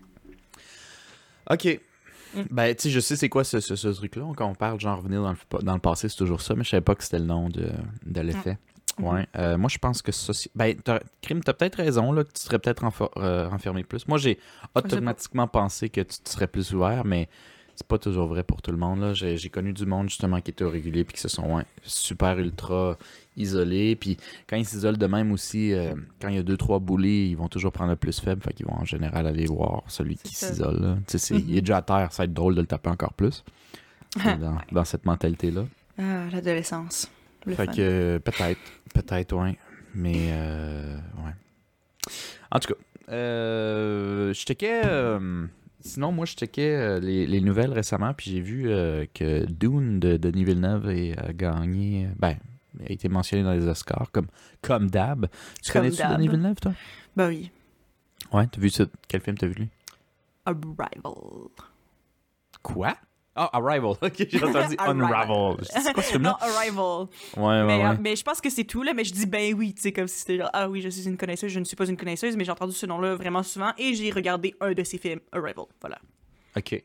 OK. Mm. Ben, tu sais, je sais c'est quoi ce truc-là. Quand on parle, genre, revenir dans le passé, c'est toujours ça, mais je savais pas que c'était le nom de l'effet. Ouais. Moi, je pense que ça... Ben, Crime, t'as peut-être raison, là, que tu serais peut-être renfermé plus. Moi, j'ai automatiquement pensé que tu serais plus ouvert, mais c'est pas toujours vrai pour tout le monde, là. J'ai connu du monde, justement, qui était au régulier puis qui se sont super ultra isolés. Puis quand ils s'isolent de même aussi, quand il y a 2-3 bullies, ils vont toujours prendre le plus faible. Fait qu'ils vont en général aller voir celui qui C'est ça. s'isole, là. Tu sais, il est déjà à terre, ça va être drôle de le taper encore plus. Dans cette mentalité-là. Ah, l'adolescence. Le Fait fun. que peut-être, ouais. Mais, ouais. En tout cas, je checkais... sinon, moi, je checkais les nouvelles récemment, puis j'ai vu que Dune de Denis Villeneuve a gagné... Ben, a été mentionné dans les Oscars, comme d'hab. Tu Comme connais-tu d'hab. Denis Villeneuve, toi? Ben oui. Ouais, t'as vu ça? Quel film t'as vu, lui? Arrival. Quoi? Ah, Arrival. OK, j'ai entendu Unravel. C'est quoi ce film-là? Non, Arrival. Ouais. Mais je pense que c'est tout, là. Mais je dis ben oui, tu sais, comme si c'était genre, ah oui, je suis une connaisseuse, je ne suis pas une connaisseuse, mais j'ai entendu ce nom-là vraiment souvent et j'ai regardé un de ses films, Arrival. Voilà. OK.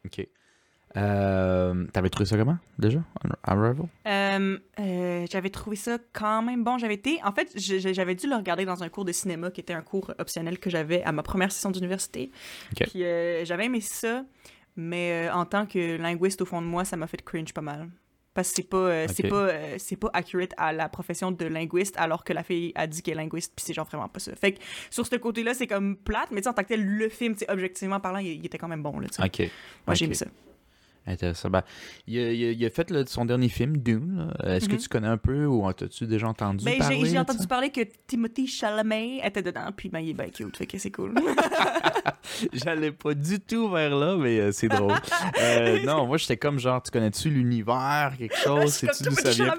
T'avais trouvé ça comment, déjà? Arrival? J'avais trouvé ça quand même bon. En fait, j'avais dû le regarder dans un cours de cinéma qui était un cours optionnel que j'avais à ma première session d'université. OK. Puis j'avais aimé ça, mais en tant que linguiste, au fond de moi, ça m'a fait cringe pas mal. Parce que c'est pas accurate à la profession de linguiste, alors que la fille a dit qu'elle est linguiste, puis c'est genre vraiment pas ça. Fait que sur ce côté-là, c'est comme plate, mais tu sais, en tant que tel, le film, tu sais, objectivement parlant, il était quand même bon, là, tu sais. OK. Moi, j'ai aimé ça. Intéressant. Ben, il a fait son dernier film, Dune. Est-ce que tu connais un peu ou as-tu déjà entendu parler? J'ai entendu parler que Timothée Chalamet était dedans, puis ben, il est bien cute, fait que c'est cool. J'allais pas du tout vers là, mais c'est drôle. Non, moi, j'étais comme genre, tu connais-tu l'univers, quelque chose? Sais-tu d'où ça vient?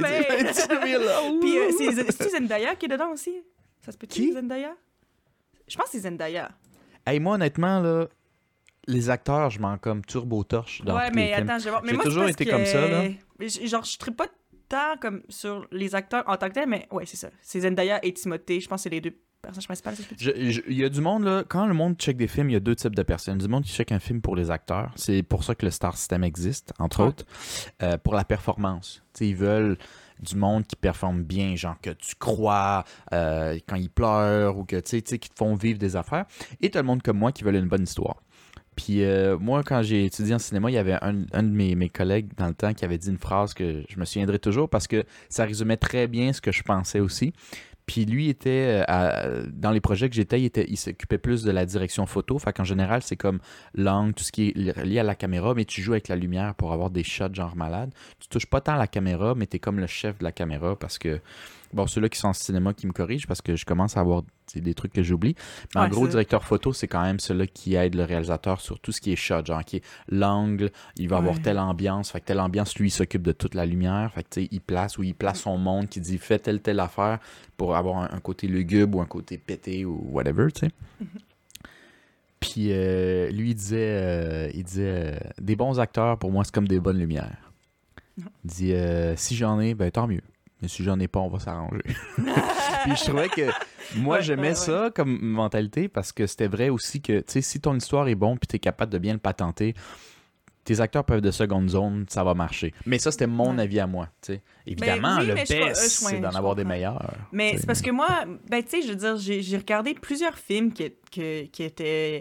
Puis c'est Zendaya qui est dedans aussi? Ça se peut-tu, Zendaya? Je pense que c'est Zendaya. Hey, moi, honnêtement, là, les acteurs, je m'en comme turbo-torche dans tous les films. Attends, je vais voir. Mais j'ai moi, toujours été comme ça, là. Genre, je ne pas tant comme sur les acteurs en tant que tel, mais ouais, c'est ça. C'est Zendaya et Timothée. Je pense que c'est les deux personnages principales. Il y a du monde, là, quand le monde check des films, il y a deux types de personnes. Du monde qui check un film pour les acteurs. C'est pour ça que le Star System existe, entre autres. Pour la performance. T'sais, ils veulent du monde qui performe bien, genre que tu crois quand ils pleurent ou que qui te font vivre des affaires. Et t'as le monde comme moi qui veulent une bonne histoire. Puis moi, quand j'ai étudié en cinéma, il y avait un de mes collègues dans le temps qui avait dit une phrase que je me souviendrai toujours parce que ça résumait très bien ce que je pensais aussi. Puis lui était, dans les projets que j'étais, il s'occupait plus de la direction photo. Fait qu'en général, c'est comme l'angle, tout ce qui est lié à la caméra, mais tu joues avec la lumière pour avoir des shots genre malade. Tu touches pas tant la caméra, mais t'es comme le chef de la caméra parce que, bon, ceux-là qui sont en cinéma qui me corrigent parce que je commence à avoir des trucs que j'oublie. Mais en gros, directeur photo, c'est quand même ceux-là qui aident le réalisateur sur tout ce qui est shot, genre qui est l'angle, il va avoir telle ambiance, fait que telle ambiance, lui, il s'occupe de toute la lumière, fait que tu sais, il place son monde qui dit fais telle affaire pour avoir un côté lugubre ou un côté pété ou whatever, tu sais. Puis lui, il disait des bons acteurs, pour moi, c'est comme des bonnes lumières. Il dit si j'en ai, ben tant mieux. Mais si j'en ai pas, on va s'arranger. Puis je trouvais que moi, j'aimais ça comme mentalité parce que c'était vrai aussi que, tu sais, si ton histoire est bonne puis t'es capable de bien le patenter, tes acteurs peuvent de seconde zone, ça va marcher. Mais ça, c'était mon avis à moi, tu sais. Évidemment, le best, c'est d'en avoir des meilleurs. Mais c'est parce que moi, ben, tu sais, je veux dire, j'ai regardé plusieurs films qui étaient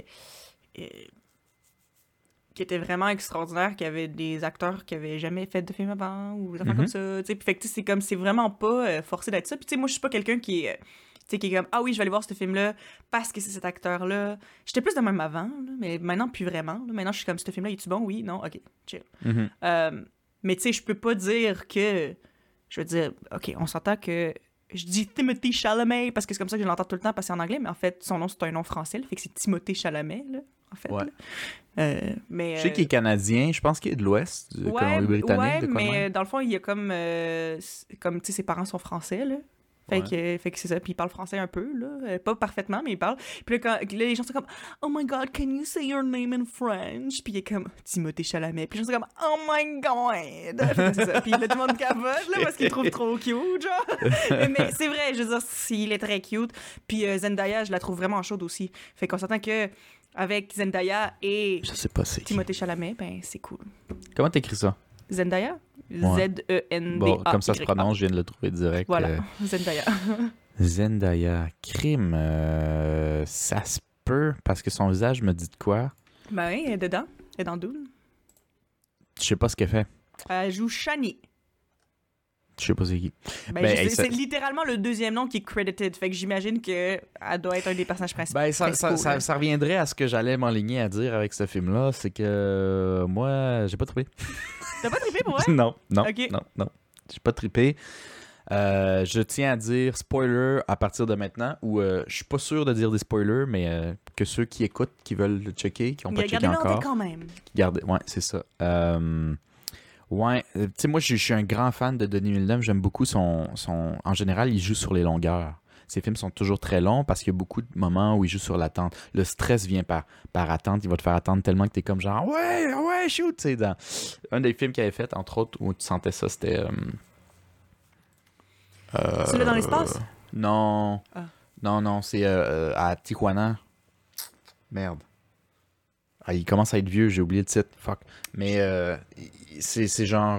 vraiment extraordinaires, qui avaient des acteurs qui avaient jamais fait de film avant ou des affaires comme ça, tu sais. Puis fait que c'est comme, c'est vraiment pas forcé d'être ça. Puis tu sais, moi, je suis pas quelqu'un qui est comme, ah oui, je vais aller voir ce film-là parce que c'est cet acteur-là. J'étais plus de même avant, là, mais maintenant, plus vraiment. Là. Maintenant, je suis comme, ce film-là, est-tu bon? Oui, non, ok, chill. Mais tu sais, je peux pas dire que, je veux dire, ok, on s'entend que je dis Timothée Chalamet parce que c'est comme ça que je l'entends tout le temps parce que c'est en anglais, mais en fait, son nom, c'est un nom français, là, fait que c'est Timothée Chalamet, là, en fait. Ouais. Mais, je sais qu'il est canadien, je pense qu'il est de l'Ouest, de Colombie-Britannique. Ouais, mais dans le fond, il y a comme tu sais, ses parents sont français, là. Fait que c'est ça. Puis il parle français un peu, là. Pas parfaitement, mais il parle. Puis là, les gens sont comme « Oh my God, can you say your name in French? » Puis il est comme « Timothée Chalamet. » Puis les gens sont comme « Oh my God! » c'est ça. Puis là, tout le monde capote, là, parce qu'il trouve trop cute, genre. Mais c'est vrai, je veux dire, il est très cute. Puis Zendaya, je la trouve vraiment chaude aussi. Fait qu'on s'entend que avec Zendaya et Timothée Chalamet, ben c'est cool. Comment t'écris ça? Zendaya? Ouais. Z-E-N-D-A-Y. Bon, comme ça se prononce, je viens de le trouver direct. Voilà, Zendaya. Zendaya. Crime. Ça se peut, parce que son visage me dit de quoi? Ben oui, elle est dedans. Elle est dans Dune. Je sais pas ce qu'elle fait. Elle joue Shani. Je sais pas c'est qui. C'est littéralement le deuxième nom qui est credited. Fait que j'imagine qu'elle doit être un des personnages principaux. Ben, ça reviendrait à ce que j'allais m'enligner à dire avec ce film-là. C'est que moi, j'ai pas trippé. T'as pas trippé pour vrai? Non. Okay. Non. J'ai pas trippé. Je tiens à dire spoiler à partir de maintenant, ou je suis pas sûr de dire des spoilers, mais que ceux qui écoutent, qui veulent le checker, qui ont pas checké encore. Quand même. Ouais, c'est ça. Ouais, tu sais, moi, je suis un grand fan de Denis Villeneuve. J'aime beaucoup son... En général, il joue sur les longueurs. ces films sont toujours très longs parce qu'il y a beaucoup de moments où ils jouent sur l'attente. Le stress vient par attente. Il va te faire attendre tellement que t'es comme genre ouais, shoot. Tu sais, dans un des films qu'il avait fait, entre autres, où tu sentais ça, c'était. Celui-là dans l'espace? Non. Ah. Non, c'est à Tijuana. Merde. Ah, il commence à être vieux, j'ai oublié le titre. Fuck. Mais c'est genre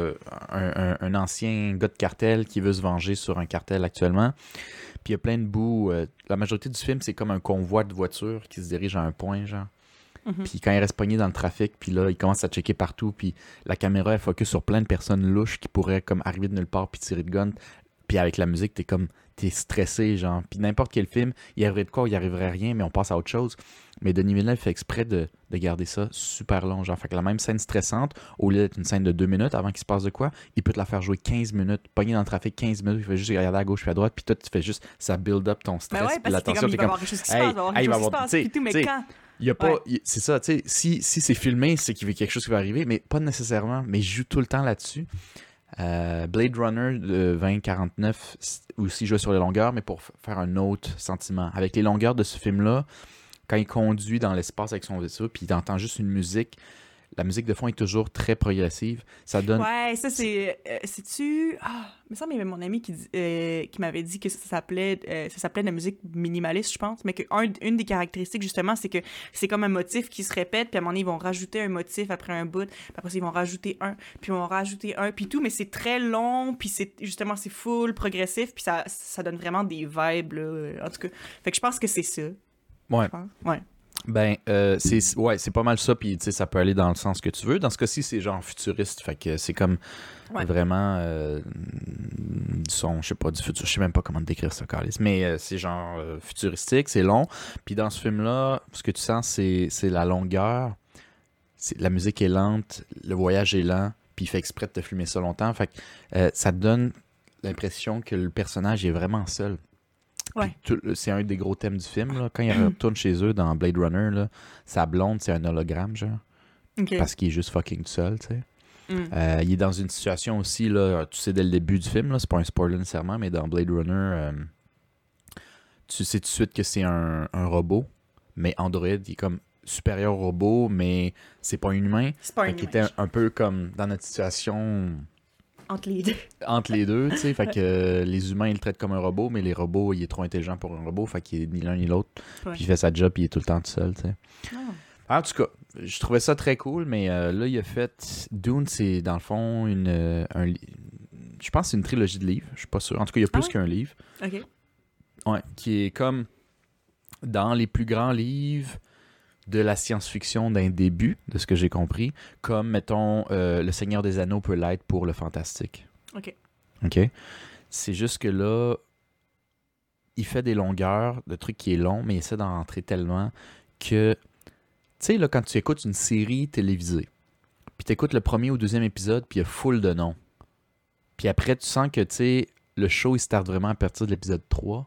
un ancien gars de cartel qui veut se venger sur un cartel actuellement. Puis il y a plein de bouts. La majorité du film, c'est comme un convoi de voitures qui se dirige à un point, genre. Mhm. Puis quand il reste pogné dans le trafic, puis là, il commence à checker partout. Puis la caméra, elle focus sur plein de personnes louches qui pourraient comme arriver de nulle part puis tirer de gun. Puis avec la musique, t'es stressé, genre. Puis n'importe quel film, il y arriverait de quoi, il y arriverait rien, mais on passe à autre chose. Mais Denis Villeneuve fait exprès de garder ça super long, genre. Fait que la même scène stressante, au lieu d'être une scène de 2 minutes avant qu'il se passe de quoi, il peut te la faire jouer 15 minutes, pogner dans le trafic 15 minutes, il fait juste regarder à gauche puis à droite, puis toi, tu fais juste, ça build up ton stress, Ben ouais, puis parce que l'attention, il va y avoir quelque chose qui se passe, il va y avoir quelque chose qui se passe, puis tout, mais quand? Il y a pas, Ouais. c'est ça, tu sais, si c'est filmé, c'est qu'il y a quelque chose qui va arriver, mais pas nécessairement, mais il joue tout le temps là-dessus. Blade Runner de 2049 aussi jouait sur les longueurs, mais pour faire un autre sentiment. Avec les longueurs de ce film-là, quand il conduit dans l'espace avec son vaisseau, puis il entend juste une musique, la musique de fond est toujours très progressive. Ça donne... Ouais, ça c'est. C'est-tu. Ah, il me semble qu'il y avait mon ami qui m'avait dit que ça s'appelait de la musique minimaliste, je pense. Mais une des caractéristiques, justement, c'est que c'est comme un motif qui se répète, puis à un moment donné, ils vont rajouter un motif après un bout, puis après ça, ils vont rajouter un, puis ils vont rajouter un, puis tout, mais c'est très long, puis c'est full progressif, puis ça donne vraiment des vibes, là. En tout cas. Fait que je pense que c'est ça. Ouais. Je pense. Ouais. Ben, c'est pas mal ça, puis tu sais, ça peut aller dans le sens que tu veux. Dans ce cas-ci, c'est genre futuriste, fait que c'est comme vraiment du son, je sais pas, du futur, je sais même pas comment te décrire ça, Carlis, mais c'est genre futuristique, c'est long. Puis dans ce film-là, ce que tu sens, c'est la longueur, la musique est lente, le voyage est lent, puis il fait exprès de te filmer ça longtemps, fait que ça te donne l'impression que le personnage est vraiment seul. Ouais. C'est un des gros thèmes du film. Là. Quand il retourne chez eux dans Blade Runner, là, sa blonde, c'est un hologramme, genre. OK. Parce qu'il est juste fucking tout seul, tu sais. Mm. Il est dans une situation aussi, là, tu sais dès le début du film, là, c'est pas un spoiler nécessairement, mais dans Blade Runner, tu sais tout de suite que c'est un robot, mais Android, il est comme supérieur au robot, mais c'est pas un humain. C'est pas un Fait qu'il humain. était un peu comme dans notre situation... Entre les deux. entre les deux, tu sais, fait que les humains ils le traitent comme un robot, mais les robots il est trop intelligent pour un robot, fait qu'il est ni l'un ni l'autre, Ouais. puis il fait sa job, puis il est tout le temps tout seul, tu sais. Ah. En tout cas, je trouvais ça très cool, mais là il a fait Dune, c'est dans le fond je pense que c'est une trilogie de livres, je suis pas sûr. En tout cas, il y a plus ouais? qu'un livre. OK. Ouais, qui est comme dans les plus grands livres de la science-fiction d'un début, de ce que j'ai compris, comme, mettons, Le Seigneur des Anneaux peut l'être pour le fantastique. OK. OK? C'est juste que là, il fait des longueurs, de trucs qui est long, mais il essaie d'en rentrer tellement que... Tu sais, là, quand tu écoutes une série télévisée, puis tu écoutes le premier ou deuxième épisode, puis il y a full de noms. Puis après, tu sens que, tu sais, le show, il start vraiment à partir de l'épisode 3.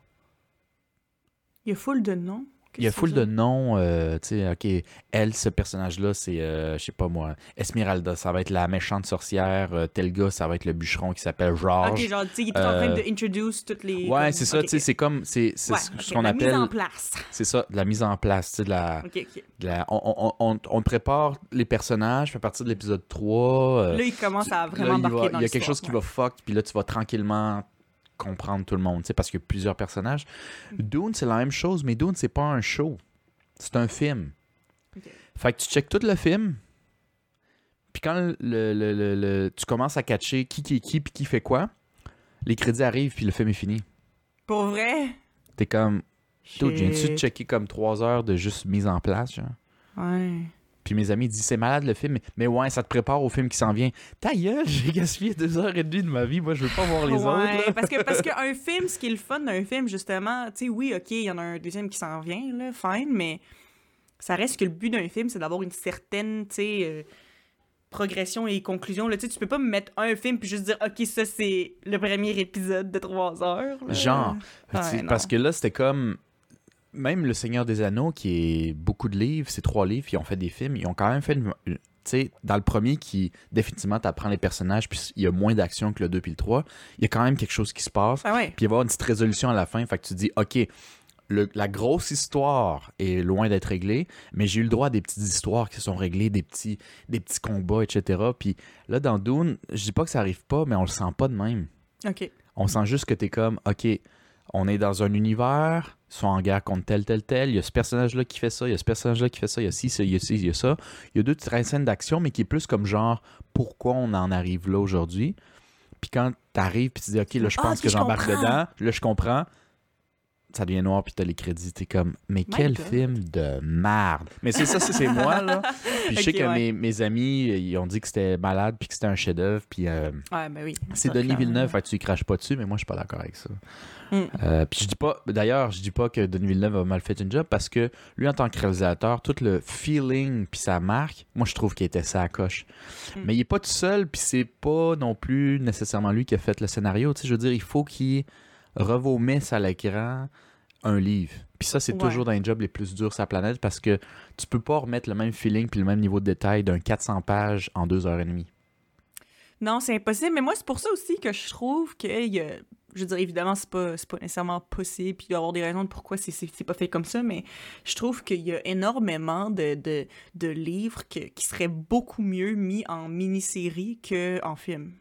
Il y a full de noms. Il y a full de noms, tu sais, OK, elle, ce personnage-là, c'est, je sais pas moi, Esmeralda, ça va être la méchante sorcière, tel gars, ça va être le bûcheron qui s'appelle George. OK, genre, tu sais, il est tout en train de introduce toutes les... Ouais, comme... c'est ça, OK, tu sais, c'est comme, c'est ouais, ce qu'on la appelle... mise en place. C'est ça, de la mise en place, tu sais, de la... OK, OK. On prépare les personnages, puis à partir de l'épisode 3... Là, il commence à vraiment là, embarquer dans il y a quelque chose qui l'histoire, va fuck, puis là, tu vas tranquillement comprendre tout le monde, tu sais, parce qu'il y a plusieurs personnages. Dune, c'est la même chose, mais Dune, c'est pas un show. C'est un film. OK. Fait que tu checkes tout le film, puis quand tu commences à catcher qui est qui, puis qui fait quoi, les crédits arrivent, puis le film est fini. Pour vrai? T'es comme... Dude, je viens-tu de Shit. checker comme 3 heures de juste mise en place, genre? Ouais. Puis mes amis disent, c'est malade le film, mais ouais, ça te prépare au film qui s'en vient. Ta gueule, j'ai gaspillé 2h30 de ma vie, moi je veux pas voir les autres. Là. Parce qu'un film, ce qui est le fun d'un film, justement, tu sais, oui, OK, il y en a un deuxième qui s'en vient, là, fine, mais ça reste que le but d'un film, c'est d'avoir une certaine, tu sais, progression et conclusion. Là, tu sais, tu peux pas me mettre un film puis juste dire, OK, ça, c'est le premier épisode de 3 heures. Là. Genre, Ouais, parce non. que là, c'était comme... Même Le Seigneur des Anneaux, qui est beaucoup de livres, c'est 3 livres, ils ont fait des films, ils ont quand même fait sais, dans le premier qui, définitivement, t'apprends les personnages, puis il y a moins d'action que le 2 puis le 3, il y a quand même quelque chose qui se passe, Ah ouais. puis il va y avoir une petite résolution à la fin, fait que tu te dis, OK, la grosse histoire est loin d'être réglée, mais j'ai eu le droit à des petites histoires qui se sont réglées, des petits combats, etc. Puis là, dans Dune, je dis pas que ça arrive pas, mais on le sent pas de même. OK. On sent juste que t'es comme, OK, on est dans un univers, ils sont en guerre contre tel, il y a ce personnage-là qui fait ça, il y a ce personnage-là qui fait ça, il y a ci, il y a ci, il y a ça. Il y a 2 scènes d'action, mais qui est plus comme genre, pourquoi on en arrive là aujourd'hui? Puis quand t'arrives, puis tu dis, OK, là, je pense que j'embarque dedans, là, je comprends, ça devient noir, puis t'as les crédits, t'es comme, mais quel film de merde! Mais c'est ça, c'est moi, là. Puis je sais que mes amis, ils ont dit que c'était malade, puis que c'était un chef-d'œuvre, puis ouais, ben oui. c'est Denis Villeneuve, fait que tu y craches pas dessus, mais moi, je suis pas d'accord avec ça. Puis je dis pas, d'ailleurs, je dis pas que Denis Villeneuve a mal fait une job, parce que lui, en tant que réalisateur, tout le feeling, puis sa marque, moi, je trouve qu'il était ça à coche. Mais il est pas tout seul, puis c'est pas non plus nécessairement lui qui a fait le scénario, tu sais, je veux dire, il faut qu'il revomisse à l'écran un livre. Puis ça, c'est toujours dans les jobs les plus durs sur la planète parce que tu peux pas remettre le même feeling puis le même niveau de détail d'un 400 pages en 2h30. Non, c'est impossible. Mais moi, c'est pour ça aussi que je trouve que je veux dire, évidemment, c'est pas nécessairement possible, puis il doit y avoir des raisons de pourquoi c'est pas fait comme ça, mais je trouve qu'il y a énormément de livres qui seraient beaucoup mieux mis en mini-série qu'en film.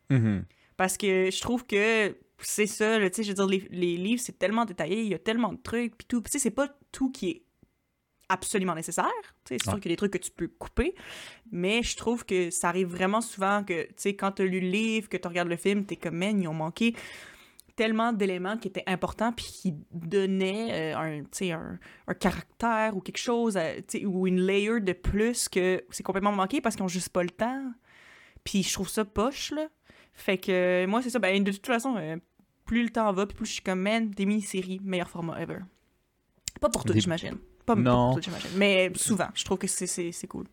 Parce que je trouve que c'est ça, tu sais, je veux dire, les livres, c'est tellement détaillé, il y a tellement de trucs, puis tout. Tu sais, c'est pas tout qui est absolument nécessaire. Tu sais, c'est sûr qu'il y a des trucs que tu peux couper, mais je trouve que ça arrive vraiment souvent que, tu sais, quand t'as lu le livre, que tu regardes le film, t'es comme, man, ils ont manqué tellement d'éléments qui étaient importants puis qui donnaient un caractère ou quelque chose, ou une layer de plus que c'est complètement manqué parce qu'ils ont juste pas le temps. Puis je trouve ça poche, là. Fait que moi, c'est ça. Ben, de toute façon, plus le temps va, puis plus je suis comme, man, des mini-séries, meilleur format ever. Pas pour toutes, j'imagine. Pas pour toutes, j'imagine. Mais souvent, je trouve que c'est cool.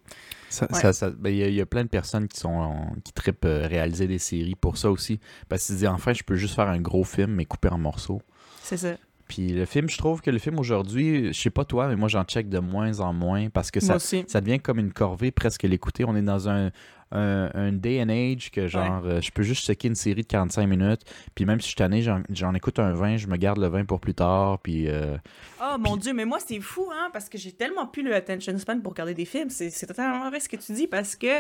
Il y a plein de personnes qui trippent réaliser des séries pour ça aussi. Parce qu'ils se disent, enfin, je peux juste faire un gros film, mais couper en morceaux. C'est ça. Puis le film, je trouve que le film aujourd'hui, je sais pas toi, mais moi j'en check de moins en moins parce que ça devient comme une corvée presque l'écouter. On est dans un day and age que genre, je peux juste checker une série de 45 minutes. Puis même si je suis tanné, j'en écoute un 20, je me garde le 20 pour plus tard. Puis, oh mon Dieu, mais moi c'est fou, hein, parce que j'ai tellement plus le attention span pour regarder des films. C'est totalement vrai ce que tu dis parce que,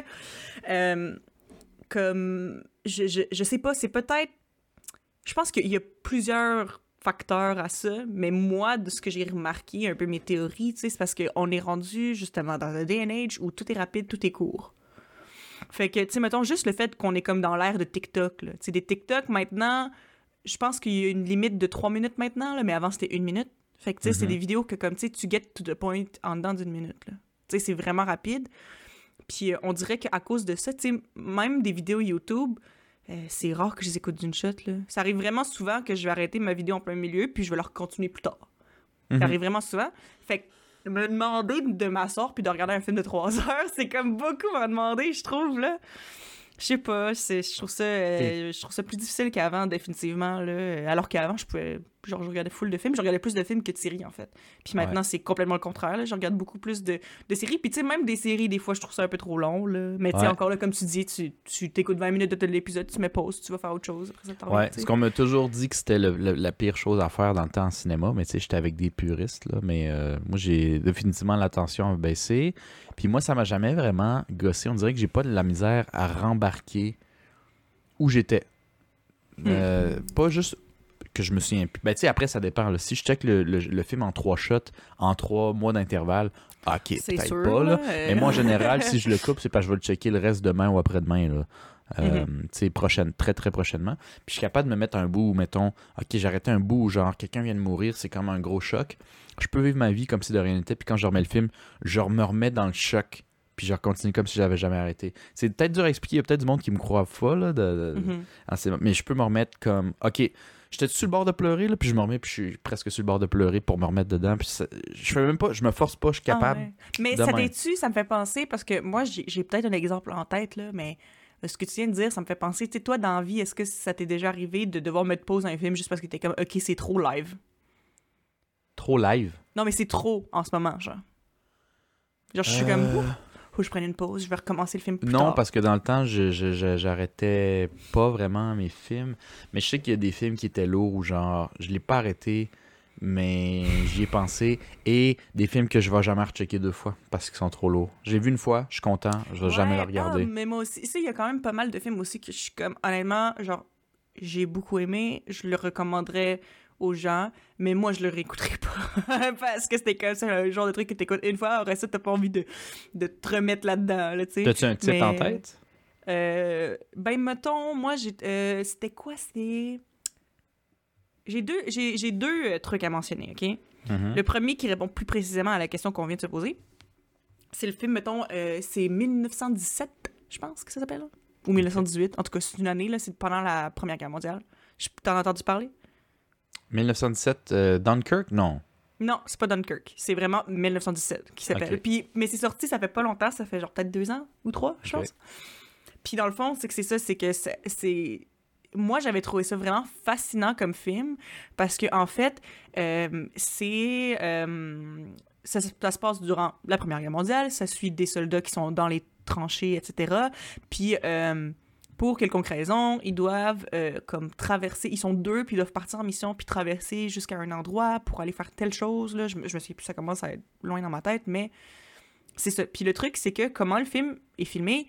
comme, je sais pas, c'est peut-être. Je pense qu'il y a plusieurs facteur à ça, mais moi, de ce que j'ai remarqué, un peu mes théories, tu sais, c'est parce qu'on est rendu, justement, dans un day and age où tout est rapide, tout est court. Fait que, tu sais, mettons, juste le fait qu'on est comme dans l'ère de TikTok, là. Tu sais, des TikTok, maintenant, je pense qu'il y a une limite de 3 minutes maintenant, là, mais avant, c'était 1 minute. Fait que, tu sais, c'est des vidéos que, comme, tu sais, tu get to the point en dedans d'1 minute, là. Tu sais, c'est vraiment rapide. Puis on dirait qu'à cause de ça, tu sais, même des vidéos YouTube, c'est rare que je les écoute d'une shot, là. Ça arrive vraiment souvent que je vais arrêter ma vidéo en plein milieu puis je vais la continuer plus tard. Ça arrive vraiment souvent. Fait que me demander de m'asseoir puis de regarder un film de 3 heures, c'est comme beaucoup à demander, je trouve, là. Je sais pas, je trouve ça plus difficile qu'avant, définitivement, là. Alors qu'avant, je regardais full de films. Je regardais plus de films que de séries, en fait. Puis maintenant, c'est complètement le contraire, là. Je regarde beaucoup plus de séries. Puis tu sais, même des séries, des fois, je trouve ça un peu trop long, là. Mais tu sais, encore là, comme tu dis, tu t'écoutes 20 minutes de l'épisode, tu mets pause, tu vas faire autre chose. Après ça, ouais, c'est qu'on m'a toujours dit que c'était la pire chose à faire dans le temps en cinéma. Mais tu sais, j'étais avec des puristes, là. Mais moi, j'ai définitivement l'attention baissée. Puis moi, ça m'a jamais vraiment gossé. On dirait que j'ai pas de la misère à rembarquer où j'étais. Pas juste que je me souviens plus. Ben, tu sais, après, ça dépend. Là. Si je check le film en 3 shots, en 3 mois d'intervalle, ok, c'est peut-être sûr, pas. Là. Mais moi, en général, si je le coupe, c'est parce que je vais le checker le reste demain ou après-demain. Là. Tu sais, très, très prochainement. Puis je suis capable de me mettre un bout où, mettons, ok, j'ai arrêté un bout où, genre, quelqu'un vient de mourir, c'est comme un gros choc. Je peux vivre ma vie comme si de rien n'était, puis quand je remets le film, je me remets dans le choc, puis je continue comme si j'avais jamais arrêté. C'est peut-être dur à expliquer, il y a peut-être du monde qui me croit folle, mais je peux me remettre comme, ok, j'étais sur le bord de pleurer, là, puis je me remets, puis je suis presque sur le bord de pleurer pour me remettre dedans, puis je fais même pas, je me force pas, je suis capable. Mais ça me fait penser, parce que moi, j'ai peut-être un exemple en tête, là, mais ce que tu viens de dire, ça me fait penser, tu sais, toi, dans la vie, est-ce que ça t'est déjà arrivé de devoir mettre pause dans un film juste parce que t'es comme, ok, c'est trop live? Trop live? Non, mais c'est trop en ce moment, genre. Genre, je suis comme... faut que je prenne une pause, je vais recommencer le film plus Non, tard. parce que dans le temps, j'arrêtais pas vraiment mes films. Mais je sais qu'il y a des films qui étaient lourds ou genre, je l'ai pas arrêté, mais j'y ai pensé. Et des films que je vais jamais rechecker 2 fois parce qu'ils sont trop lourds. J'ai vu une fois, je suis content, je vais jamais le regarder. Mais moi aussi, il y a quand même pas mal de films aussi que je suis comme, honnêtement, genre, j'ai beaucoup aimé, je le recommanderais aux gens, mais moi, je le réécouterai pas. Parce que c'était comme ça, le genre de truc que t'écoutes une fois, après ça, t'as pas envie de te remettre là-dedans, là, tu sais. T'as-tu un titre en tête? Ben, mettons, moi, c'était quoi? J'ai deux trucs à mentionner, OK? Mhm. Le premier qui répond plus précisément à la question qu'on vient de se poser, c'est le film, mettons, c'est 1917, je pense que ça s'appelle, ou 1918. En tout cas, c'est une année, là, c'est pendant la Première Guerre mondiale. T'en as entendu parler? 1917, Dunkirk? Non. Non, c'est pas Dunkirk. C'est vraiment 1917 qui s'appelle. Ok. Puis, mais c'est sorti, ça fait pas longtemps, ça fait genre peut-être 2 ans ou 3, je Ok. pense. Puis dans le fond, c'est que c'est ça, c'est que c'est... Moi, j'avais trouvé ça vraiment fascinant comme film parce que en fait, c'est... ça se passe durant la Première Guerre mondiale, ça suit des soldats qui sont dans les tranchées, etc. Puis... pour quelconque raison, ils doivent comme traverser, ils sont 2, puis ils doivent partir en mission, puis traverser jusqu'à un endroit pour aller faire telle chose, là. Je me souviens plus, ça commence à être loin dans ma tête, mais c'est ça. Puis le truc, c'est que comment le film est filmé,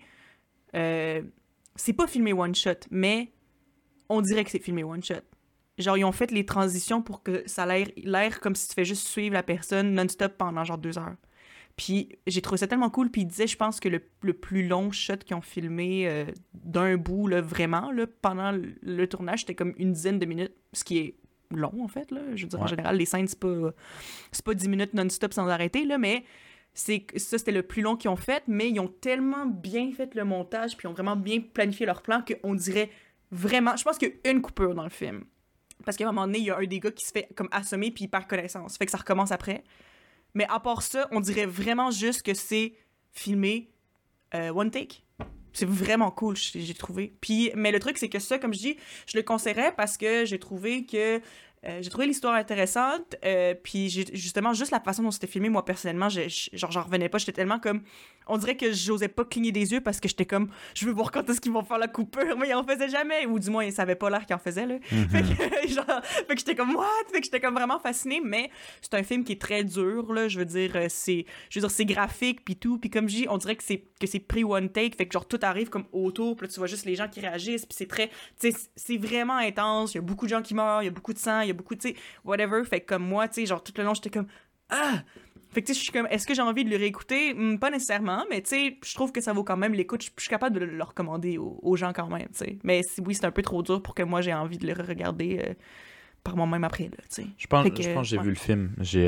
c'est pas filmé one-shot, mais on dirait que c'est filmé one-shot. Genre, ils ont fait les transitions pour que ça l'air comme si tu fais juste suivre la personne non-stop pendant genre 2 heures. Puis j'ai trouvé ça tellement cool. Puis il disait, je pense que le plus long shot qu'ils ont filmé d'un bout, là, vraiment, là, pendant le tournage, c'était comme 10 minutes, ce qui est long, en fait. Là. Je veux dire, en général, les scènes, c'est pas 10 minutes non-stop sans arrêter, là, mais ça, c'était le plus long qu'ils ont fait. Mais ils ont tellement bien fait le montage, puis ils ont vraiment bien planifié leur plan qu'on dirait vraiment... Je pense qu'il y a une coupure dans le film. Parce qu'à un moment donné, il y a un des gars qui se fait comme assommer, puis il perd connaissance. Fait que ça recommence après. Mais à part ça, on dirait vraiment juste que c'est filmé one take. C'est vraiment cool, j'ai trouvé. Puis, mais le truc, c'est que ça, comme je dis, je le conseillerais parce que j'ai trouvé l'histoire intéressante. Puis justement, juste la façon dont c'était filmé, moi, personnellement, j'en revenais pas. J'étais tellement comme... On dirait que j'osais pas cligner des yeux parce que j'étais comme... Je veux voir quand est-ce qu'ils vont faire la coupure, mais ils en faisaient jamais. Ou du moins, ils savaient pas l'air qu'ils en faisaient, là. Fait que j'étais comme... What? Fait que j'étais comme vraiment fascinée. Mais c'est un film qui est très dur, là. Je veux dire, c'est graphique, puis tout. Puis comme je dis, on dirait que c'est pris one take. Fait que genre, tout arrive comme autour. Puis là, tu vois juste les gens qui réagissent. Puis c'est très... Tu sais, c'est vraiment intense. Il y a beaucoup de gens qui meurent. Il y a beaucoup de sang. Il y a beaucoup de... Tu sais, whatever. Fait que comme moi, tu sais, genre, tout le long, j'étais comme... Ah! Fait que tu sais, je suis comme, est-ce que j'ai envie de le réécouter? Pas nécessairement, mais tu sais, je trouve que ça vaut quand même l'écoute. Je suis capable de le recommander aux gens quand même, tu sais. Mais oui, c'est un peu trop dur pour que moi, j'ai envie de le regarder par moi-même après, là, tu sais. Je pense que j'ai vu le film.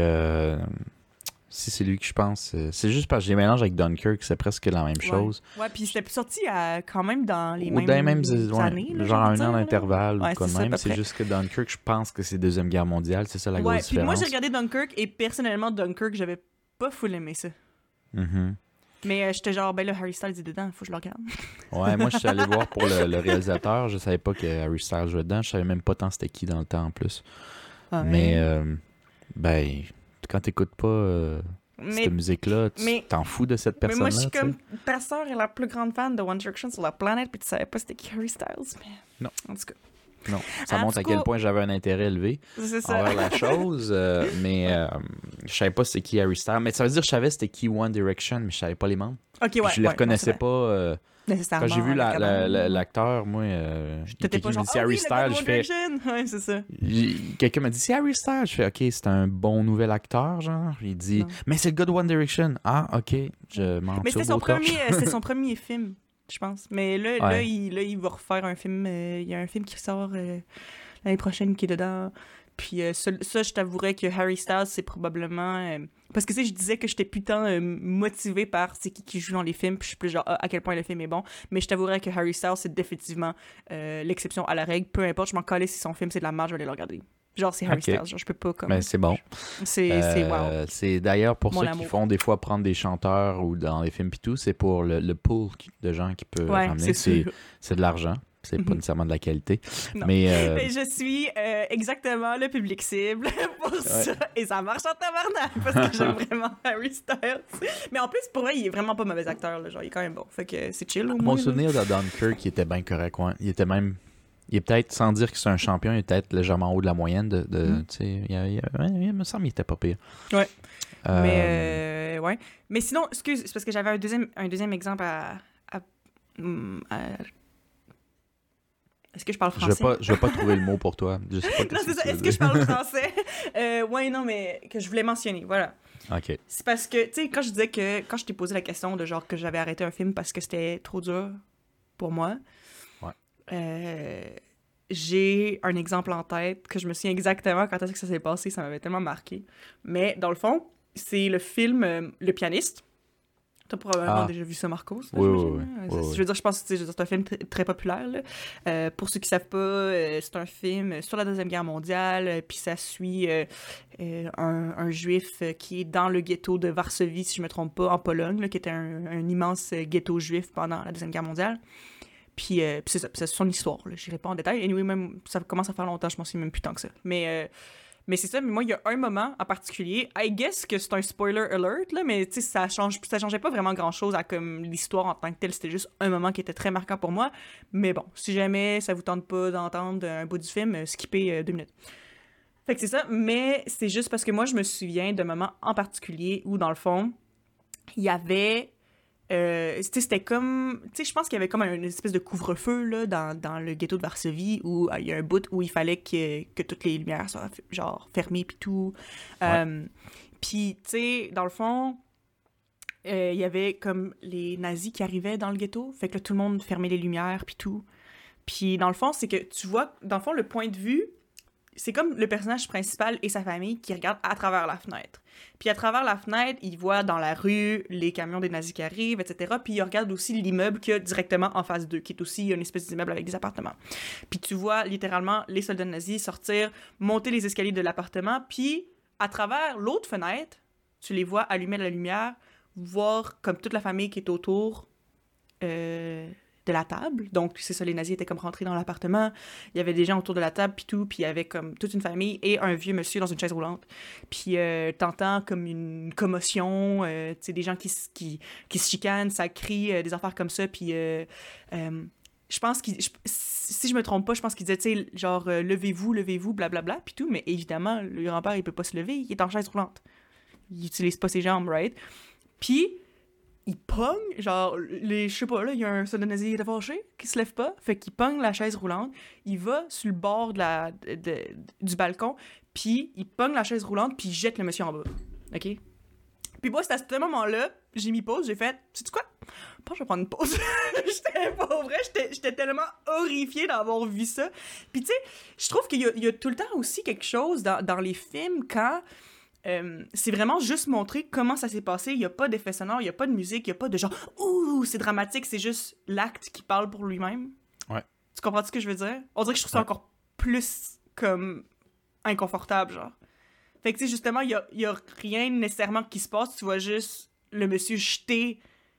Si c'est lui que je pense, c'est juste parce que j'ai mélange avec Dunkirk, c'est presque la même chose. Ouais, puis c'était sorti quand même dans les Ou mêmes dans les mêmes années. Là, genre un an d'intervalle ou quoi de même. C'est juste que Dunkirk, je pense que c'est Deuxième Guerre mondiale, c'est ça la grosse puis moi, différence. j'ai regardé Dunkirk et personnellement, Dunkirk, j'avais pas full aimé ça. Mm-hmm. Mais j'étais genre, ben là, Harry Styles est dedans, faut que je le regarde. Ouais, moi, je suis allé voir pour le réalisateur. Je savais pas que Harry Styles jouait dedans. Je savais même pas tant c'était qui dans le temps en plus. Ah, mais, ben, quand t'écoutes pas cette musique-là, tu t'en fous de cette personne-là. Mais moi, je suis comme, ta sœur est la plus grande fan de One Direction sur la planète, puis tu savais pas c'était qui Harry Styles. Mais... Non. En tout cas. Non, ça montre à quel point j'avais un intérêt élevé envers la chose, mais je savais pas c'était qui Harry Styles. Mais ça veut dire que je savais c'était qui One Direction, mais je savais pas les membres. Okay, ouais, je les reconnaissais pas. Quand j'ai vu l'acteur, moi, quelqu'un me dit c'est Harry Styles, je fais... Ouais, c'est ça. Quelqu'un m'a dit c'est Harry Styles, je fais ok, c'est un bon nouvel acteur, genre. Il dit, mais c'est le gars de One Direction. Ah, ok, je m'en Mais c'était son premier film. Je pense. Mais là, il va refaire un film. Il y a un film qui sort l'année prochaine qui est dedans. Puis ça, je t'avouerais que Harry Styles, c'est probablement... parce que tu sais, je disais que j'étais putain motivée par c'est qui joue dans les films. Puis je suis plus genre à quel point le film est bon. Mais je t'avouerais que Harry Styles, c'est définitivement l'exception à la règle. Peu importe, je m'en calais si son film c'est de la merde, je vais aller le regarder. Genre, c'est Harry Styles. Genre, je peux pas comme... Mais c'est bon. C'est wow. C'est d'ailleurs pour ceux qui font des fois prendre des chanteurs ou dans les films pis tout, c'est pour le pool de gens qui peuvent ramener. C'est de l'argent. c'est pas nécessairement de la qualité. Non. Mais Mais je suis exactement le public cible pour ça. Et ça marche en tabarnak parce que j'aime vraiment Harry Styles. Mais en plus, pour vrai, il est vraiment pas mauvais acteur. Là. Genre, il est quand même bon. Fait que c'est chill au moins. mon là. souvenir de Dunkirk, il était bien correct. Ouais. Il était même... Il est peut-être, sans dire que c'est un champion, il est peut-être légèrement en haut de la moyenne. Tu sais, il me semble qu'il était pas pire. Ouais. Mais, ouais. Mais sinon, excuse, c'est parce que j'avais un deuxième exemple à... Est-ce que je parle français? Je vais pas trouver le mot pour toi. Je sais pas non, c'est ça. Est-ce que je parle français? Ouais, non, mais que je voulais mentionner. Voilà. OK. C'est parce que, tu sais, quand je disais que... Quand je t'ai posé la question de genre que j'avais arrêté un film parce que c'était trop dur pour moi, j'ai un exemple en tête que je me souviens exactement quand est-ce que ça s'est passé. Ça m'avait tellement marqué. Mais dans le fond, c'est le film Le Pianiste. T'as probablement déjà vu ça, Marcos. Là, oui. Je veux dire, je pense que c'est un film très populaire. Là. Pour ceux qui savent pas, c'est un film sur la Deuxième Guerre mondiale, puis ça suit un juif qui est dans le ghetto de Varsovie, si je me trompe pas, en Pologne, là, qui était un immense ghetto juif pendant la Deuxième Guerre mondiale. Puis c'est ça, c'est son histoire. J'irai pas en détail. Anyway, même, ça commence à faire longtemps, je m'en souviens même plus tant que ça. Mais c'est ça, mais moi, il y a un moment en particulier, I guess que c'est un spoiler alert, là, mais tu sais, ça changeait pas vraiment grand-chose à comme l'histoire en tant que telle, c'était juste un moment qui était très marquant pour moi. Mais bon, si jamais ça vous tente pas d'entendre un bout du film, skippez 2 minutes. Fait que c'est ça, mais c'est juste parce que moi, je me souviens d'un moment en particulier où, dans le fond, il y avait... c'était comme... Tu sais, je pense qu'il y avait comme une espèce de couvre-feu là, dans le ghetto de Varsovie où il y a un bout où il fallait que toutes les lumières soient genre fermées puis tout. Puis, tu sais, dans le fond, il y avait comme les nazis qui arrivaient dans le ghetto. Fait que là, tout le monde fermait les lumières puis tout. Puis, dans le fond, c'est que tu vois, dans le fond, le point de vue, c'est comme le personnage principal et sa famille qui regardent à travers la fenêtre. Puis à travers la fenêtre, il voit dans la rue les camions des nazis qui arrivent, etc. Puis il regarde aussi l'immeuble qu'il y a directement en face d'eux, qui est aussi une espèce d'immeuble avec des appartements. Puis tu vois littéralement les soldats nazis sortir, monter les escaliers de l'appartement, puis à travers l'autre fenêtre, tu les vois allumer la lumière, voir comme toute la famille qui est autour de la table. Donc, c'est ça, les nazis étaient comme rentrés dans l'appartement. Il y avait des gens autour de la table, puis tout. Puis il y avait comme toute une famille et un vieux monsieur dans une chaise roulante. Puis t'entends comme une commotion, tu sais, des gens qui se chicanent, ça crie, des affaires comme ça. Puis je pense si je me trompe pas, je pense qu'il disait, tu sais, genre, levez-vous, blablabla, puis tout. Mais évidemment, le grand-père, il peut pas se lever, il est en chaise roulante. Il utilise pas ses jambes, right? Puis il pogne, genre, je sais pas, là, il y a un soldat nazi qui est fâché, qui se lève pas, fait qu'il pogne la chaise roulante, il va sur le bord du balcon, puis il pogne la chaise roulante, puis il jette le monsieur en bas, OK? Puis moi, c'est à ce moment-là, j'ai mis pause, j'ai fait, sais-tu quoi? Je pense que je vais prendre une pause. J'étais pas vrai, j'étais tellement horrifiée d'avoir vu ça. Puis tu sais, je trouve qu'il y a tout le temps aussi quelque chose dans les films quand... c'est vraiment juste montrer comment ça s'est passé. Il n'y a pas d'effet sonore, il n'y a pas de musique, il n'y a pas de genre « Ouh, c'est dramatique », c'est juste l'acte qui parle pour lui-même. Ouais. Tu comprends ce que je veux dire? On dirait que je trouve ça encore plus comme inconfortable, genre. Fait que tu sais, justement, il y a rien nécessairement qui se passe, tu vois juste le monsieur jeter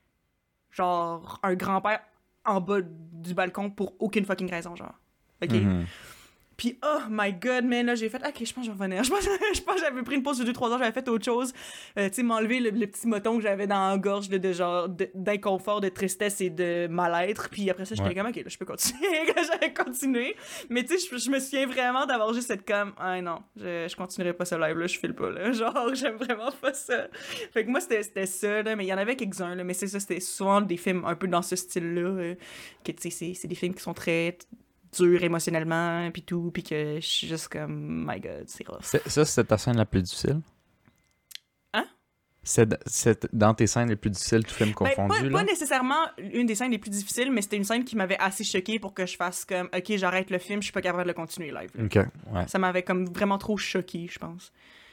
genre un grand-père en bas du balcon pour aucune fucking raison, genre. OK? Mm-hmm. Puis, oh my god, man, là, j'ai fait, OK, je pense que je vais revenir. Je pense que j'avais pris une pause de 2-3 heures, j'avais fait autre chose. Tu sais, m'enlever le petit moton que j'avais dans la gorge de genre d'inconfort, de tristesse et de mal-être. Puis après ça, j'étais comme, OK, là, je peux continuer. J'avais continué. Mais tu sais, je me souviens vraiment d'avoir juste cette comme, ah non, je continuerai pas ce live-là, je file pas, là. Genre, j'aime vraiment pas ça. Fait que moi, c'était ça, là. Mais il y en avait quelques-uns, là. Mais c'est ça, c'était souvent des films un peu dans ce style-là. Que, tu sais, c'est des films qui sont très... dur émotionnellement, puis tout, puis que je suis juste comme, my god, c'est rough. C'est ta scène la plus difficile? Hein? C'est dans tes scènes les plus difficiles, tout film confondu, pas nécessairement une des scènes les plus difficiles, mais c'était une scène qui m'avait assez choquée pour que je fasse comme, OK, j'arrête le film, je suis pas capable de le continuer live. Là. OK, ouais. Ça m'avait comme vraiment trop choquée, je pense.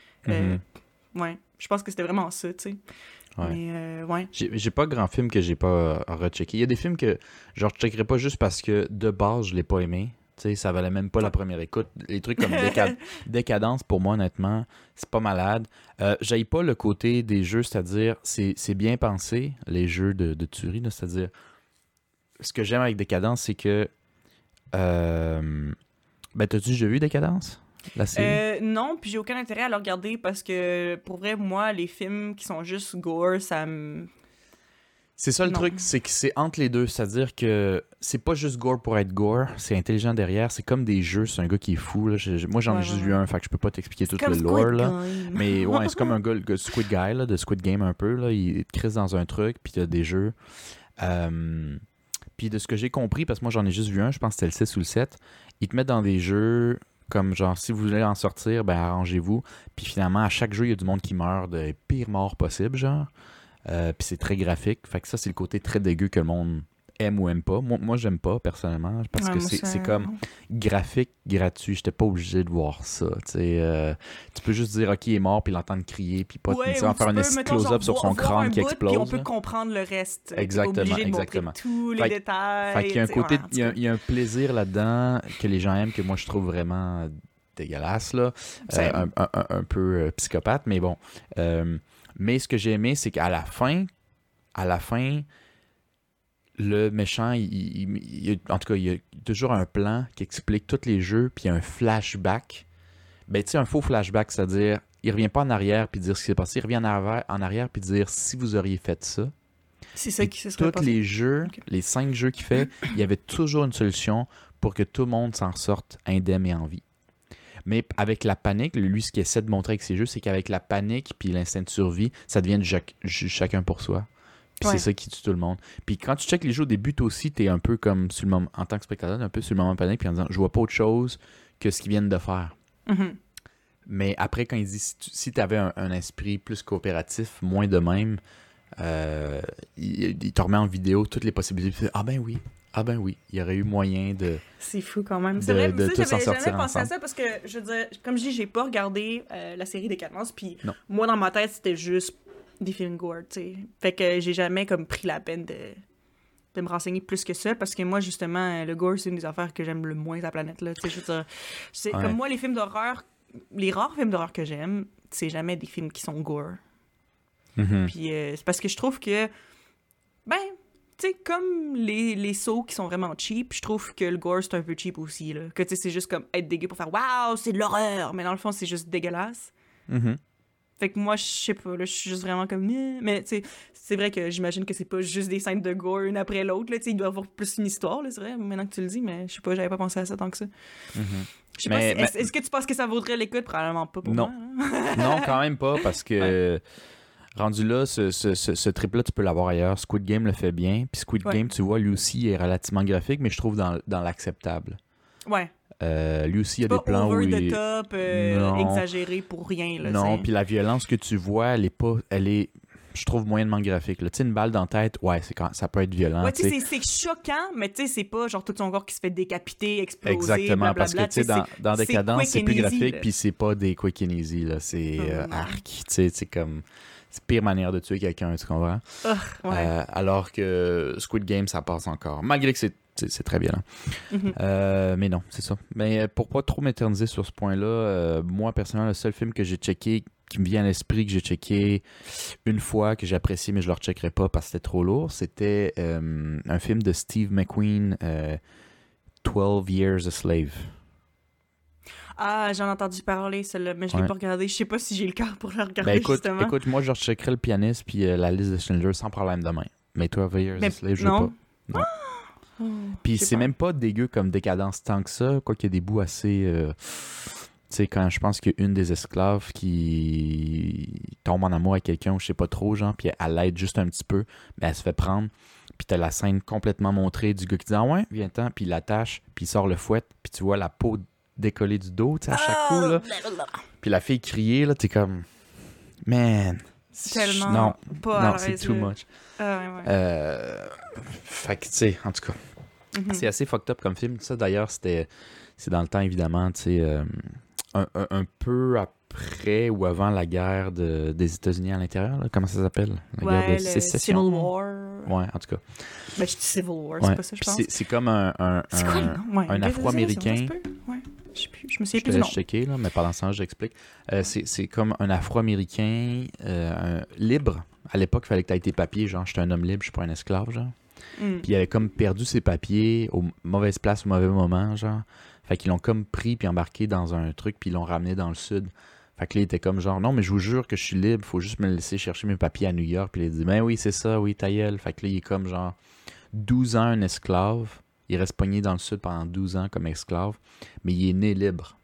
Ouais, je pense que c'était vraiment ça, tu sais. Ouais. Mais, ouais. J'ai pas grand film que j'ai pas rechecké. Il y a des films que, genre, je checkerais pas juste parce que, de base, je l'ai pas aimé. Tu sais, ça valait même pas la première écoute. Les trucs comme Décadence, pour moi, honnêtement, c'est pas malade. J'aille pas le côté des jeux, c'est-à-dire, c'est bien pensé, les jeux de tuerie, là, c'est-à-dire, ce que j'aime avec Décadence, c'est que Ben, t'as-tu déjà vu Décadence? La série? Non, puis j'ai aucun intérêt à le regarder parce que, pour vrai, moi, les films qui sont juste gore, ça me... C'est ça le Non. truc, c'est que c'est entre les deux. C'est-à-dire que c'est pas juste gore pour être gore, c'est intelligent derrière. C'est comme des jeux, c'est un gars qui est fou. Là. Moi, j'en ai Ouais, juste ouais, vu ouais. un, fait que je peux pas t'expliquer tout C'est comme le lore. Squid Là. Game. Mais ouais, c'est comme un gars, le Squid Guy, là, de Squid Game un peu. Là. Il te crisse dans un truc, puis il y a des jeux. Puis de ce que j'ai compris, parce que moi j'en ai juste vu un, je pense que c'était le 6 ou le 7, ils te mettent dans des jeux comme genre si vous voulez en sortir, ben arrangez-vous. Puis finalement, à chaque jeu, il y a du monde qui meurt de pire mort possible, genre. Puis c'est très graphique. Fait que ça, c'est le côté très dégueu que le monde aime ou aime pas. Moi j'aime pas personnellement, parce que Ouais, moi, c'est comme graphique, gratuit. J'étais pas obligé de voir ça. Tu peux juste dire ok, il est mort, puis l'entendre crier, puis pas Ouais, faire un close-up sur son crâne qui explose. Puis on peut là. comprendre le reste. Exactement, T'es pas obligé de exactement. montrer tous les Fait détails. qu'il y a un tu sais, côté, ouais, en tout cas. il y a un plaisir là-dedans que les gens aiment, que moi je trouve vraiment dégueulasse, là. Un peu psychopathe, mais bon. Mais ce que j'ai aimé, c'est qu'à la fin, le méchant, en tout cas, il y a toujours un plan qui explique tous les jeux, puis il y a un flashback. Ben, tu sais, un faux flashback, c'est-à-dire, il revient pas en arrière puis dire ce qui s'est passé, il revient en arrière puis dire si vous auriez fait ça. C'est ça qui se serait Tous passé. les jeux, Ok. les 5 jeux qu'il fait, il y avait toujours une solution pour que tout le monde s'en sorte indemne et en vie. Mais avec la panique, lui, ce qu'il essaie de montrer avec ses jeux, c'est qu'avec la panique puis l'instinct de survie, ça devient chacun pour soi. Puis Ouais. c'est ça qui tue tout le monde. Puis quand tu checkes les jeux au début, toi aussi, t'es un peu comme, sur le moment, en tant que spectateur, un peu sur le moment de panique, puis en disant, je vois pas autre chose que ce qu'ils viennent de faire. Mhm. Mais après, quand il dit, si tu avais un esprit plus coopératif, moins de même, il te remet en vidéo toutes les possibilités. Il fait, ah ben oui, il y aurait eu moyen de... C'est fou quand même. de- C'est vrai, de ça, tous s'en j'avais sortir jamais pensé à ensemble. ça parce que, je veux dire, comme je dis, j'ai pas regardé la série Décadence, puis Non. moi, dans ma tête, c'était juste des films gore, tu sais. Fait que j'ai jamais comme pris la peine de me renseigner plus que ça, parce que moi, justement, le gore, c'est une des affaires que j'aime le moins à la planète, là. Tu sais, je veux dire, c'est Ouais. comme moi, les films d'horreur, les rares films d'horreur que j'aime, c'est jamais des films qui sont gore. Mhm. Puis c'est parce que je trouve que, ben, tu sais, comme les sauts qui sont vraiment cheap, je trouve que le gore, c'est un peu cheap aussi, là. Que, tu sais, c'est juste comme être dégueu pour faire « Waouh, c'est de l'horreur! » Mais dans le fond, c'est juste dégueulasse. Mhm. Fait que moi, je sais pas, là, je suis juste vraiment comme... Nyeh. Mais, tu sais, c'est vrai que j'imagine que c'est pas juste des scènes de gore une après l'autre, là. Tu sais, il doit y avoir plus une histoire, là, c'est vrai, maintenant que tu le dis, mais je sais pas, j'avais pas pensé à ça tant que ça. Mhm. Je sais Mais- pas, est-ce que tu penses que ça vaudrait l'écoute? Probablement pas pour Non. moi. Hein? Non, quand même pas, parce que rendu là, ce trip-là, tu peux l'avoir ailleurs. Squid Game le fait bien. Puis Squid Ouais. Game, tu vois, lui aussi est relativement graphique, mais je trouve dans l'acceptable. Ouais. Lui aussi, il y a Pas des plans où over il... the top, Non. exagéré pour rien, là, Non, tu puis la violence que tu vois, elle est, je trouve, moyennement graphique. Tu sais, une balle dans la tête, ouais, ça peut être violent. Ouais, tu sais, tu sais. c'est choquant, mais tu sais, c'est pas genre tout son corps qui se fait décapiter, exploser, Exactement, blablabla. parce que tu sais, dans c'est Décadence, quick c'est and plus easy, graphique, là. puis c'est pas des quick and easy, là. C'est Non. arc. Tu sais, c'est comme... C'est pire manière de tuer quelqu'un, tu comprends? Ouais. Alors que Squid Game, ça passe encore. Malgré que c'est très violent. Mhm. Mais non, c'est ça. Mais pour pas trop m'éterniser sur ce point-là, moi, personnellement, le seul film que j'ai checké, qui me vient à l'esprit, que j'ai checké une fois, que j'ai apprécié, mais je le recheckerai pas parce que c'était trop lourd, c'était un film de Steve McQueen, 12 Years a Slave. Ah, j'en ai entendu parler, celle-là, mais je l'ai Ouais. pas regardé. Je sais pas si j'ai le cœur pour le regarder, Ben justement. écoute, moi, je recheckerai le pianiste puis la liste de Schindler sans problème demain. Mais 12 Years Mais a Slave, je veux non. pas. Non. Oh, Puis je sais c'est pas. même pas dégueu comme Décadence tant que ça, quoi qu'il y a des bouts assez... tu sais, quand je pense qu'il y a une des esclaves qui tombe en amour avec quelqu'un, ou je sais pas trop, genre, puis elle l'aide juste un petit peu, mais elle se fait prendre, puis t'as la scène complètement montrée du gars qui dit « Ah ouais, viens-t'en », puis il l'attache, puis il sort le fouet, puis tu vois la peau décoller du dos, tu sais, à chaque coup, là. Puis la fille crier, là, t'es comme « Man! » Tellement Non, pas non, à c'est l'aise, too là. much. Ah, ouais, ouais. Fait que, tu sais, en tout cas, Mhm. c'est assez fucked up comme film. Ça, d'ailleurs, c'est dans le temps, évidemment, tu sais, un peu après ou avant la guerre des États-Unis à l'intérieur, là. Comment ça s'appelle? La guerre Ouais, de le sécession. Civil War. Ouais, en tout cas. Ben, je dis Civil War, Ouais. c'est pas ça, je Puis pense. c'est comme un C'est quoi le nom? Ouais, un la Afro-Américain. ça se peut. Ouais. Je sais plus, je me Je souviens te plus du laisse nom. checker, là, mais pendant ce temps, j'explique. C'est comme un Afro-Américain libre. À l'époque, il fallait que tu aies tes papiers, genre, je suis un homme libre, je suis pas un esclave, genre. Mm. Puis il avait comme perdu ses papiers aux mauvaises places, au mauvais moment, genre. Fait qu'ils l'ont comme pris puis embarqué dans un truc puis ils l'ont ramené dans le sud. Fait que là, il était comme genre, non, mais je vous jure que je suis libre, faut juste me laisser chercher mes papiers à New York. Puis il a dit, ben oui, c'est ça, oui, ta gueule. Fait que là, il est comme genre 12 ans un esclave. Il reste pogné dans le sud pendant 12 ans comme esclave, mais il est né libre.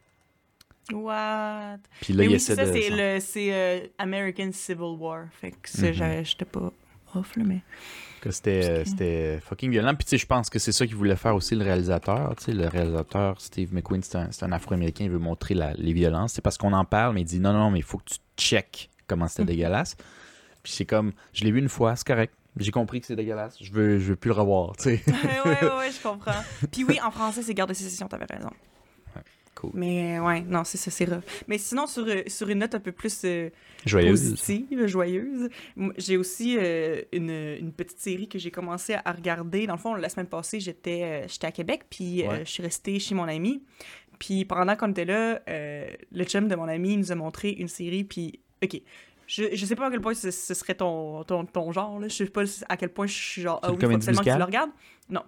What? Puis là, Mais il oui, essaie c'est ça, de... c'est American Civil War. Fait que ça, j'étais pas off, là, mais... Que c'était fucking violent. Puis tu sais, je pense que c'est ça qu'il voulait faire aussi le réalisateur. Tu sais, le réalisateur, Steve McQueen, c'est un Afro-Américain, il veut montrer les violences. C'est parce qu'on en parle, mais il dit non, mais il faut que tu checkes comment c'était dégueulasse. Puis c'est comme, je l'ai vu une fois, c'est correct. J'ai compris que c'est dégueulasse. Je veux plus le revoir, tu sais. ouais, je comprends. Puis oui, en français, c'est garde de sécession, t'avais raison. Cool. Mais ouais, non, c'est ça, c'est rough. Mais sinon, sur une note un peu plus Joyeuse. positive, joyeuse, j'ai aussi une petite série que j'ai commencé à regarder. Dans le fond, la semaine passée, j'étais à Québec, puis je suis restée chez mon ami. Puis pendant qu'on était là, le chum de mon ami nous a montré une série, puis OK, je sais pas à quel point ce serait ton genre, là. Je sais pas à quel point je suis genre, ah oui, faut absolument que tu le regardes. Non,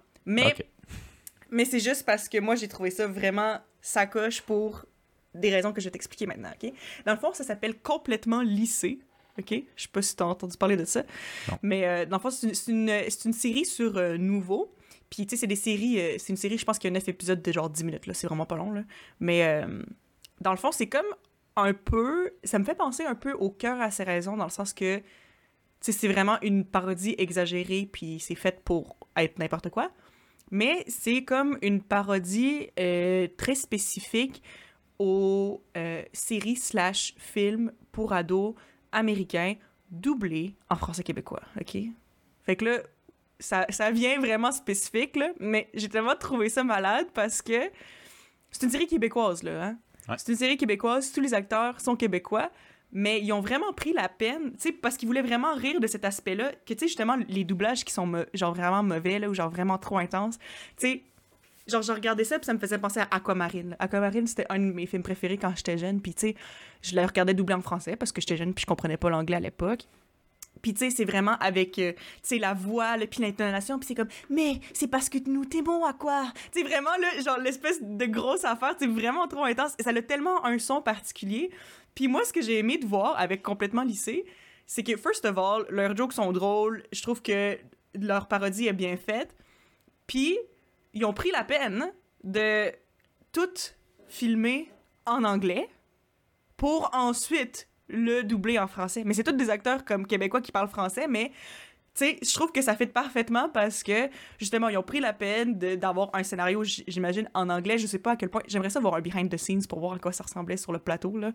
mais c'est juste parce que moi, j'ai trouvé ça vraiment sacoche pour des raisons que je vais t'expliquer maintenant, OK? Dans le fond, ça s'appelle Complètement lycée, OK? Je sais pas si t'as entendu parler de ça. Non. Mais dans le fond, c'est une série sur Nouveau. Puis, tu sais, c'est une série, je pense qu'il y a 9 épisodes de genre 10 minutes, là. C'est vraiment pas long, là. Mais dans le fond, c'est comme un peu... Ça me fait penser un peu au Cœur à ses raisons, dans le sens que, tu sais, c'est vraiment une parodie exagérée, puis c'est fait pour être n'importe quoi. Mais c'est comme une parodie très spécifique aux séries/films pour ados américains doublés en français québécois, OK? Fait que là, ça vient vraiment spécifique, là, mais j'ai tellement trouvé ça malade parce que c'est une série québécoise, là, hein? Ouais. C'est une série québécoise, tous les acteurs sont québécois, mais ils ont vraiment pris la peine, tu sais, parce qu'ils voulaient vraiment rire de cet aspect-là, que, tu sais, justement, les doublages qui sont, genre, vraiment mauvais, là, ou genre vraiment trop intenses, tu sais, genre, je regardais ça, puis ça me faisait penser à Aquamarine. Là. Aquamarine, c'était un de mes films préférés quand j'étais jeune, puis, tu sais, je le regardais doublé en français, parce que j'étais jeune, puis je comprenais pas l'anglais à l'époque. Puis, tu sais, c'est vraiment avec, tu sais, la voix, là, puis l'intonation, puis c'est comme « Mais c'est parce que nous t'aimons, à quoi? » Tu sais, vraiment, là, genre, l'espèce de grosse affaire, c'est vraiment trop intense. Ça a tellement un son particulier. Puis moi, ce que j'ai aimé de voir avec Complètement lycée, c'est que, first of all, leurs jokes sont drôles. Je trouve que leur parodie est bien faite. Puis, ils ont pris la peine de tout filmer en anglais pour ensuite le doubler en français. Mais c'est tous des acteurs comme québécois qui parlent français, mais tu sais, je trouve que ça fit parfaitement parce que, justement, ils ont pris la peine d'avoir un scénario, j'imagine, en anglais. Je sais pas à quel point... J'aimerais ça voir un behind the scenes pour voir à quoi ça ressemblait sur le plateau, là.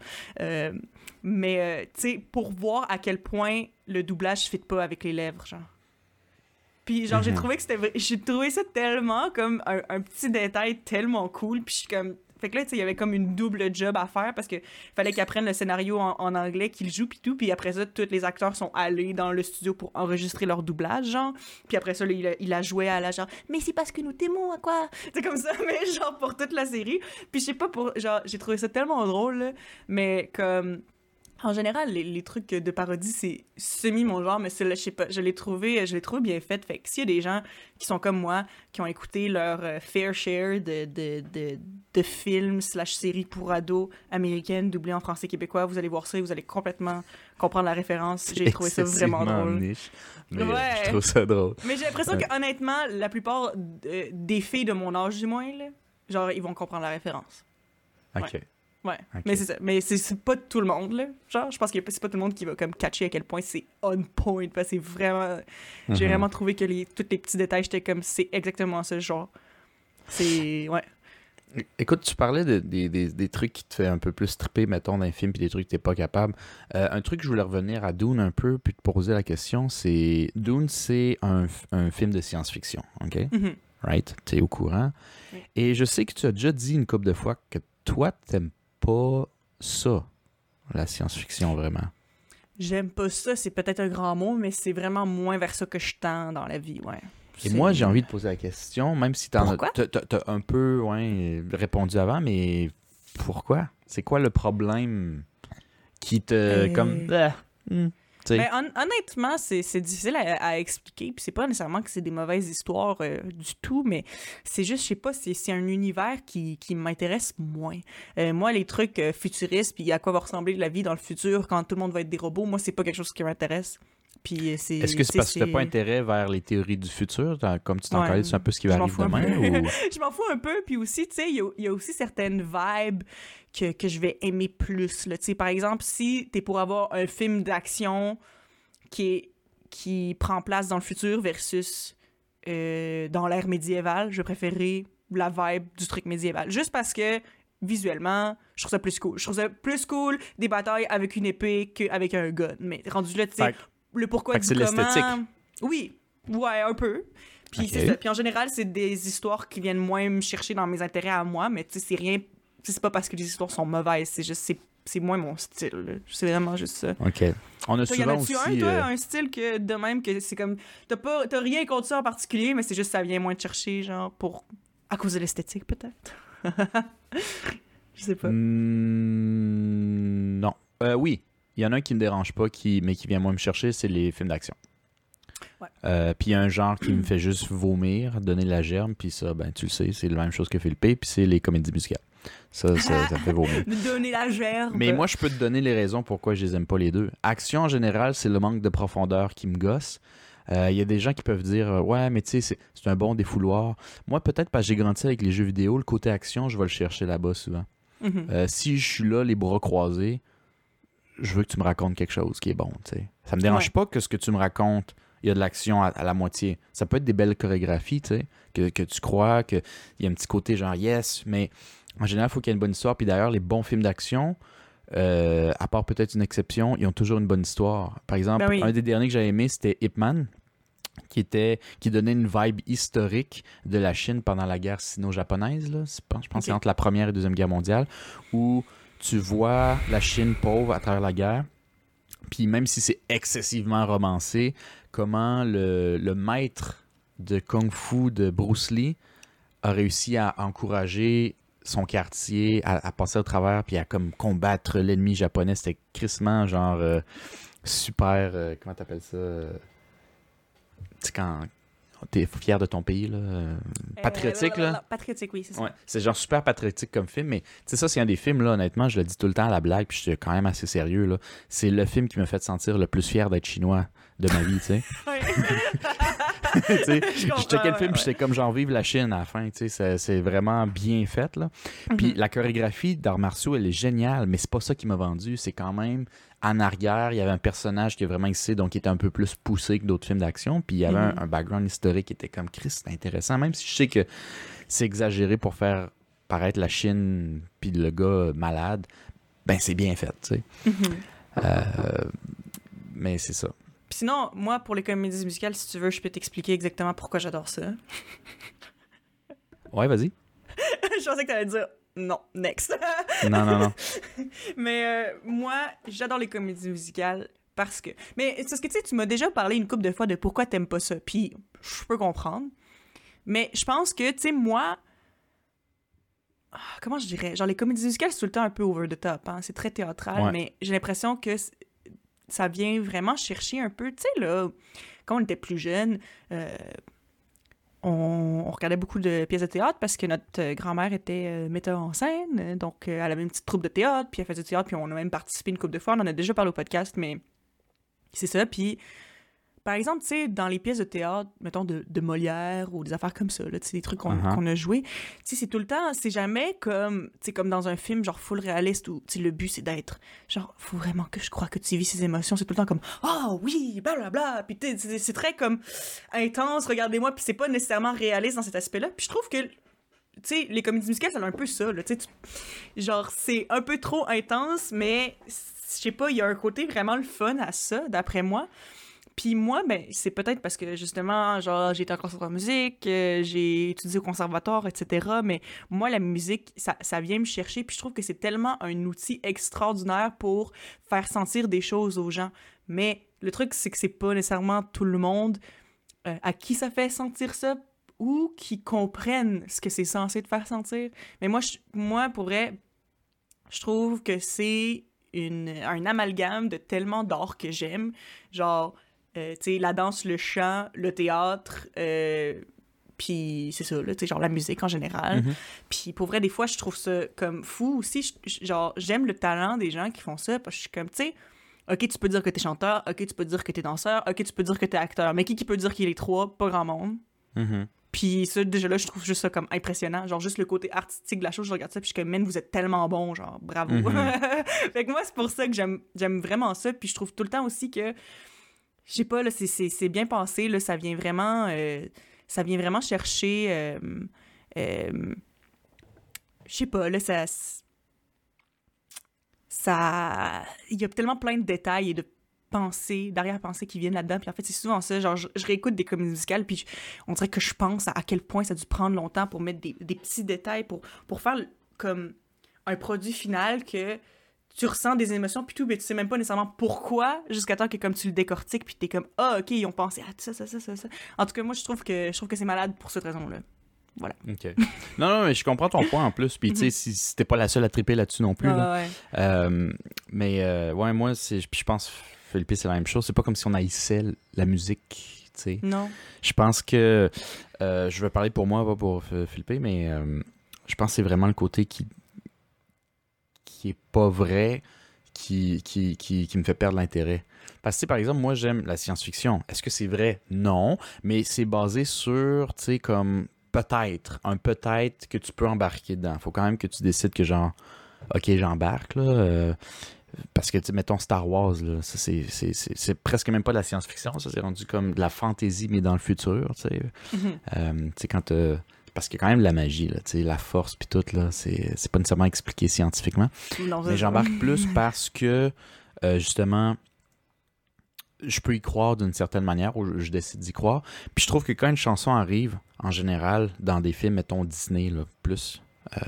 Mais, tu sais, pour voir à quel point le doublage fit pas avec les lèvres, genre. Puis, genre, j'ai trouvé ça tellement comme un petit détail tellement cool. Puis, je suis comme... Fait que là, tu sais, il y avait comme une double job à faire parce que fallait qu'ils apprennent le scénario en anglais, qu'ils jouent, puis tout. Puis après ça, tous les acteurs sont allés dans le studio pour enregistrer leur doublage, genre. Puis après ça, là, il a joué à la genre « Mais c'est parce que nous t'aimons, à quoi? » C'est comme ça, mais genre pour toute la série. Puis je sais pas, genre, j'ai trouvé ça tellement drôle, là, mais comme... En général, les trucs de parodie, c'est semi mon genre, mais je sais pas, je l'ai trouvé bien fait. Fait que s'il y a des gens qui sont comme moi, qui ont écouté leur fair share de films / séries pour ados américaines doublées en français québécois, vous allez voir ça et vous allez complètement comprendre la référence. J'ai trouvé ça vraiment drôle. Niche, mais ouais. je trouve ça drôle. Mais j'ai l'impression que honnêtement, la plupart des filles de mon âge, du moins, là, genre, ils vont comprendre la référence. OK. Ouais, okay. Mais c'est ça. Mais c'est pas tout le monde, là. Genre, je pense que c'est pas tout le monde qui va comme catcher à quel point c'est on point. Parce que c'est vraiment... J'ai vraiment trouvé que tous les petits détails, j'étais comme, c'est exactement ça, genre. C'est... Ouais. Écoute, tu parlais des trucs qui te fait un peu plus triper, mettons, d'un film, puis des trucs que t'es pas capable. Un truc que je voulais revenir à Dune un peu, puis te poser la question, c'est... Dune, c'est un film de science-fiction, OK? Mm-hmm. Right? T'es au courant. Oui. Et je sais que tu as déjà dit une couple de fois que toi, t'aimes pas ça, la science-fiction, vraiment. J'aime pas ça, c'est peut-être un grand mot, mais c'est vraiment moins vers ça que je tends dans la vie, ouais. Et moi, j'ai envie de poser la question, même si t'as un peu répondu avant, mais pourquoi? C'est quoi le problème qui te... comme... tu sais. Ben, honnêtement, c'est difficile à expliquer, puis c'est pas nécessairement que c'est des mauvaises histoires du tout, mais c'est juste, je sais pas, c'est un univers qui m'intéresse moins. Moi, les trucs futuristes, puis à quoi va ressembler la vie dans le futur quand tout le monde va être des robots, moi, c'est pas quelque chose qui m'intéresse. Puis Est-ce que c'est parce que tu n'as pas intérêt vers les théories du futur, comme tu t'en parlais, c'est un peu ce qui va arriver demain? Ou... Je m'en fous un peu, puis aussi, tu sais, il y a aussi certaines vibes que je vais aimer plus. Là. Par exemple, si t'es pour avoir un film d'action qui prend place dans le futur versus dans l'ère médiévale, je préférerais la vibe du truc médiéval. Juste parce que, visuellement, je trouve ça plus cool. Je trouve ça plus cool des batailles avec une épée qu'avec un gun. Mais rendu là, tu sais... Le pourquoi du comment... l'esthétique. Oui, ouais, un peu. Puis okay. C'est ça. Puis en général, c'est des histoires qui viennent moins me chercher dans mes intérêts à moi, mais tu sais, c'est rien... C'est pas parce que les histoires sont mauvaises, c'est juste... C'est moins mon style. Là. C'est vraiment juste ça. OK. On a toi, souvent aussi... un style que, de même, que c'est comme... T'as rien contre ça en particulier, mais c'est juste ça vient moins te chercher, genre, pour... À cause de l'esthétique, peut-être. Je sais pas. Non. Oui. Il y en a un qui me dérange pas, mais qui vient moins me chercher, c'est les films d'action. Ouais. Puis il y a un genre qui me fait juste vomir, donner la germe, puis ça, ben tu le sais, c'est la même chose que Philippe, puis c'est les comédies musicales. Ça fait vomir. Donner la germe. Mais moi, je peux te donner les raisons pourquoi je les aime pas les deux. Action, en général, c'est le manque de profondeur qui me gosse. Il y a des gens qui peuvent dire « Ouais, mais tu sais, c'est un bon défouloir. » Moi, peut-être parce que j'ai grandi avec les jeux vidéo, le côté action, je vais le chercher là-bas souvent. Si je suis là, les bras croisés, je veux que tu me racontes quelque chose qui est bon, tu sais. Ça me dérange pas que ce que tu me racontes, il y a de l'action à la moitié. Ça peut être des belles chorégraphies, tu sais, que tu crois, qu'il y a un petit côté genre yes, mais en général, il faut qu'il y ait une bonne histoire. Puis d'ailleurs, les bons films d'action, à part peut-être une exception, ils ont toujours une bonne histoire. Par exemple, un des derniers que j'ai aimé, c'était Ip Man, qui donnait une vibe historique de la Chine pendant la guerre sino-japonaise, là. Je pense que c'est entre la Première et la Deuxième Guerre mondiale, où tu vois la Chine pauvre à travers la guerre, puis même si c'est excessivement romancé, comment le maître de Kung-Fu de Bruce Lee a réussi à encourager son quartier à passer au travers puis à comme combattre l'ennemi japonais. C'était crissement genre super... comment t'appelles ça? Tu sais, quand t'es fier de ton pays, là. Patriotique, là. Patriotique, oui, c'est ça. Ouais, c'est genre super patriotique comme film, mais tu sais, ça, c'est un des films, là, honnêtement, je le dis tout le temps à la blague, puis je suis quand même assez sérieux, là. C'est le film qui m'a fait sentir le plus fier d'être chinois de ma vie, tu sais. Tu sais, je checkais le film, puis j'étais comme genre vive la Chine à la fin, tu sais, c'est vraiment bien fait, là. Puis la chorégraphie d'arts martiaux, elle est géniale, mais c'est pas ça qui m'a vendu, c'est quand même en arrière, il y avait un personnage qui a vraiment existé, donc qui était un peu plus poussé que d'autres films d'action, puis il y avait un background historique qui était comme Chris, c'était intéressant, même si je sais que c'est exagéré pour faire paraître la Chine puis le gars malade, ben c'est bien fait, tu sais. Mais c'est ça. Puis sinon, moi, pour les comédies musicales, si tu veux, je peux t'expliquer exactement pourquoi j'adore ça. Ouais, vas-y. Je pensais que t'allais dire non, next. Non. Mais moi, j'adore les comédies musicales parce que... Mais c'est parce que, tu sais, tu m'as déjà parlé une couple de fois de pourquoi t'aimes pas ça. Puis, je peux comprendre. Mais je pense que, tu sais, moi... Comment je dirais? Genre, les comédies musicales, c'est tout le temps un peu over the top. Hein? C'est très théâtral, mais j'ai l'impression que ça vient vraiment chercher un peu... Tu sais, là, quand on était plus jeunes... On regardait beaucoup de pièces de théâtre parce que notre grand-mère était metteur en scène, donc elle avait une petite troupe de théâtre, puis elle faisait du théâtre, puis on a même participé une couple de fois, on en a déjà parlé au podcast, mais c'est ça, puis par exemple, tu sais, dans les pièces de théâtre, mettons, de Molière ou des affaires comme ça, là, tu sais, des trucs qu'on a joués, tu sais, c'est tout le temps, c'est jamais comme, tu sais, comme dans un film, genre, full réaliste, où, tu sais, le but, c'est d'être, genre, faut vraiment que je croie que tu vis ces émotions, c'est tout le temps comme, oh, oui, blablabla, puis tu sais, c'est très, comme, intense, regardez-moi, puis c'est pas nécessairement réaliste dans cet aspect-là, puis je trouve que, tu sais, les comédies musicales, ça a un peu ça, là, tu sais, genre, c'est un peu trop intense, mais, je sais pas, il y a un côté vraiment le fun à ça, d'après moi. Puis moi, ben, c'est peut-être parce que, justement, genre, j'ai été en conservatoire de musique, j'ai étudié au conservatoire, etc. Mais moi, la musique, ça vient me chercher. Puis je trouve que c'est tellement un outil extraordinaire pour faire sentir des choses aux gens. Mais le truc, c'est que c'est pas nécessairement tout le monde à qui ça fait sentir ça ou qui comprennent ce que c'est censé te faire sentir. Mais moi, pour vrai, je trouve que c'est un amalgame de tellement d'art que j'aime. Genre, tu sais, la danse, le chant, le théâtre, puis c'est ça, là, tu sais, genre la musique en général. Puis pour vrai, des fois, je trouve ça comme fou aussi. Genre, j'aime le talent des gens qui font ça, parce que je suis comme, tu sais, OK, tu peux dire que t'es chanteur, OK, tu peux dire que t'es danseur, OK, tu peux dire que t'es acteur, mais qui peut dire qu'il est les trois? Pas grand monde. Puis ça, déjà là, je trouve juste ça comme impressionnant. Genre, juste le côté artistique de la chose, je regarde ça, puis je suis comme, man, vous êtes tellement bon, genre, bravo. Fait que moi, c'est pour ça que j'aime vraiment ça, puis je trouve tout le temps aussi que, je sais pas, là, c'est bien pensé, là, ça vient vraiment chercher, je sais pas, là, il y a tellement plein de détails et de pensées, d'arrière-pensées qui viennent là-dedans. Puis en fait, c'est souvent ça. Genre, je réécoute des comédies musicales, puis on dirait que je pense à quel point ça a dû prendre longtemps pour mettre des petits détails, pour faire comme un produit final que tu ressens des émotions, puis tout, mais tu sais même pas nécessairement pourquoi, jusqu'à temps que comme tu le décortiques, puis t'es comme « Ah, OK, ils ont pensé à ça. » En tout cas, moi, je trouve que c'est malade pour cette raison-là. Voilà. OK. Non, mais je comprends ton point en plus. Puis, tu sais, si t'es pas la seule à triper là-dessus non plus. Là. Ouais. Ouais, moi, je pense, Philippe, c'est la même chose. C'est pas comme si on haïssait la musique, tu sais. Non. Je pense que, je vais parler pour moi, pas pour Philippe, mais je pense que c'est vraiment le côté qui est pas vrai, qui me fait perdre l'intérêt. Parce que, par exemple, moi, j'aime la science-fiction. Est-ce que c'est vrai? Non. Mais c'est basé sur, tu sais, comme... peut-être que tu peux embarquer dedans. Faut quand même que tu décides que genre, OK, j'embarque, là. Parce que, tu sais, mettons Star Wars, là, ça, c'est presque même pas de la science-fiction, ça, c'est rendu comme de la fantasy, mais dans le futur, tu sais. Tu sais, quand parce qu'il y a quand même de la magie, là, tu sais, la force puis tout, là, c'est pas nécessairement expliqué scientifiquement. Non, mais j'embarque plus parce que, justement, je peux y croire d'une certaine manière, ou je décide d'y croire. Puis je trouve que quand une chanson arrive, en général, dans des films, mettons Disney, là, plus,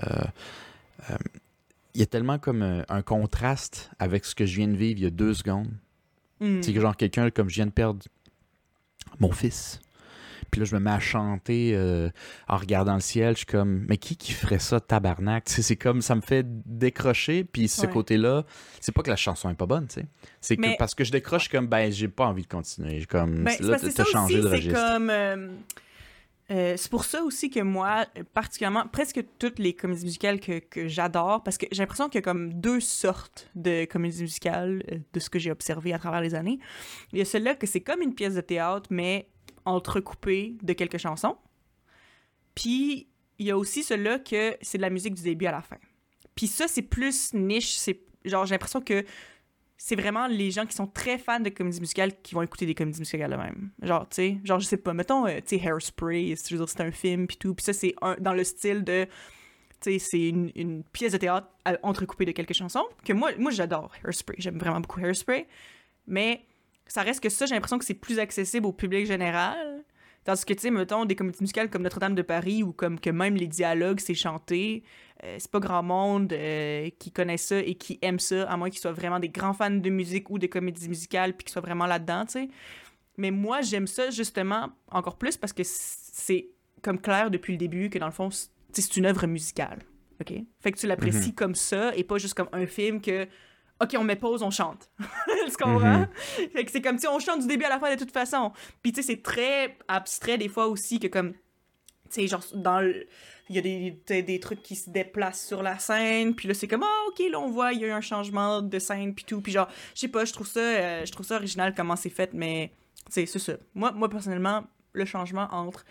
il y a tellement comme un contraste avec ce que je viens de vivre il y a 2 secondes. C'est que genre quelqu'un, comme je viens de perdre mon fils. Puis là, je me mets à chanter en regardant le ciel. Je suis comme, mais qui ferait ça, tabarnak? Tu sais, c'est comme, ça me fait décrocher. Puis ce côté-là, c'est pas que la chanson est pas bonne, tu sais. C'est que parce que je décroche, je suis comme, ben, j'ai pas envie de continuer. Comme, là, t'as changé de registre. C'est comme... c'est pour ça aussi que moi, particulièrement, presque toutes les comédies musicales que j'adore, parce que j'ai l'impression qu'il y a comme 2 sortes de comédies musicales, de ce que j'ai observé à travers les années. Il y a celle-là que c'est comme une pièce de théâtre, mais entrecoupée de quelques chansons. Puis, il y a aussi celle-là que c'est de la musique du début à la fin. Puis ça, c'est plus niche, c'est genre, j'ai l'impression que c'est vraiment les gens qui sont très fans de comédies musicales qui vont écouter des comédies musicales eux-mêmes. Genre, tu sais, genre, je sais pas, mettons, tu sais, Hairspray, je veux dire, c'est un film, pis tout, pis ça, c'est dans le style de, tu sais, c'est une pièce de théâtre entrecoupée de quelques chansons, que moi j'adore Hairspray, j'aime vraiment beaucoup Hairspray, mais ça reste que ça, j'ai l'impression que c'est plus accessible au public général, tandis que, tu sais, mettons, des comédies musicales comme Notre-Dame de Paris, ou comme que même les dialogues, c'est chanté, c'est pas grand monde qui connaît ça et qui aime ça, à moins qu'ils soient vraiment des grands fans de musique ou de comédies musicales, puis qu'ils soient vraiment là-dedans, tu sais. Mais moi, j'aime ça, justement, encore plus, parce que c'est comme clair depuis le début que, dans le fond, c'est une œuvre musicale, OK? Fait que tu l'apprécies comme ça, et pas juste comme un film que... OK, on met pause, on chante. Tu comprends? Fait que c'est comme, tu sais, on chante du début à la fin de toute façon. Puis, tu sais, c'est très abstrait des fois aussi que comme, tu sais, genre, il y a des trucs qui se déplacent sur la scène, puis là, c'est comme, ah, OK, là, on voit, il y a eu un changement de scène, puis tout. Puis genre, je sais pas, je trouve ça original comment c'est fait, mais, tu sais, c'est ça. Moi, personnellement, le changement entre,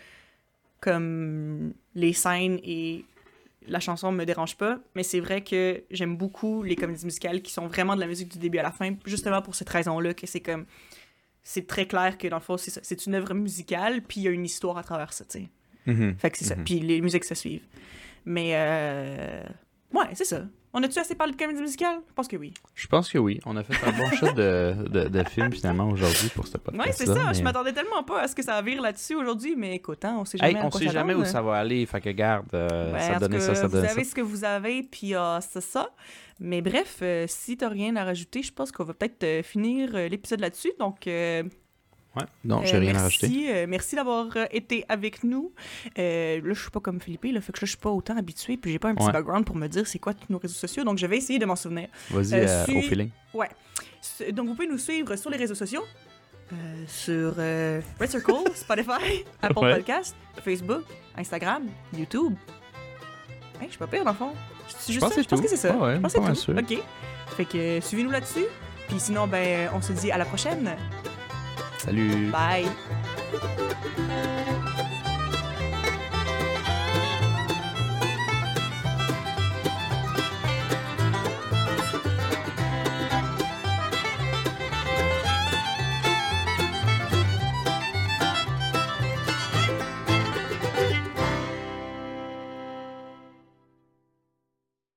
comme, les scènes et... la chanson me dérange pas, mais c'est vrai que j'aime beaucoup les comédies musicales qui sont vraiment de la musique du début à la fin, justement pour cette raison-là, que c'est comme... c'est très clair que, dans le fond, c'est ça. C'est une œuvre musicale, puis il y a une histoire à travers ça, tu sais. Fait que c'est ça. Puis les musiques se suivent. Mais, ouais, c'est ça. On a-tu assez parlé de comédie musicale? Je pense que oui. Je pense que oui. On a fait un bon shot de film, finalement, aujourd'hui, pour ce podcast-là. Ouais, c'est ça. Mais... je m'attendais tellement pas à ce que ça vire là-dessus aujourd'hui, mais écoute, hein, on sait jamais on sait jamais où ça va aller. Fait que garde, ça donnait ça, ça vous donnait ça. avez ce que vous avez, puis c'est ça. Mais bref, si t'as rien à rajouter, je pense qu'on va peut-être finir l'épisode là-dessus. Donc, Ouais. Non, j'ai rien à rajouter. Merci d'avoir été avec nous. Là, je suis pas comme Philippe, là, fait que là, je suis pas autant habituée, puis j'ai pas un petit background pour me dire c'est quoi tous nos réseaux sociaux, donc je vais essayer de m'en souvenir. Vas-y, au feeling. Ouais. Donc, vous pouvez nous suivre sur les réseaux sociaux, sur Red Circle, Spotify, Apple Podcast, Facebook, Instagram, YouTube. Hey, je suis pas pire, dans le fond. Je pense que c'est ça. Ouais, je pense que c'est sûr. OK. Fait que suivez-nous là-dessus. Puis sinon, ben, on se dit à la prochaine. Salut. Bye.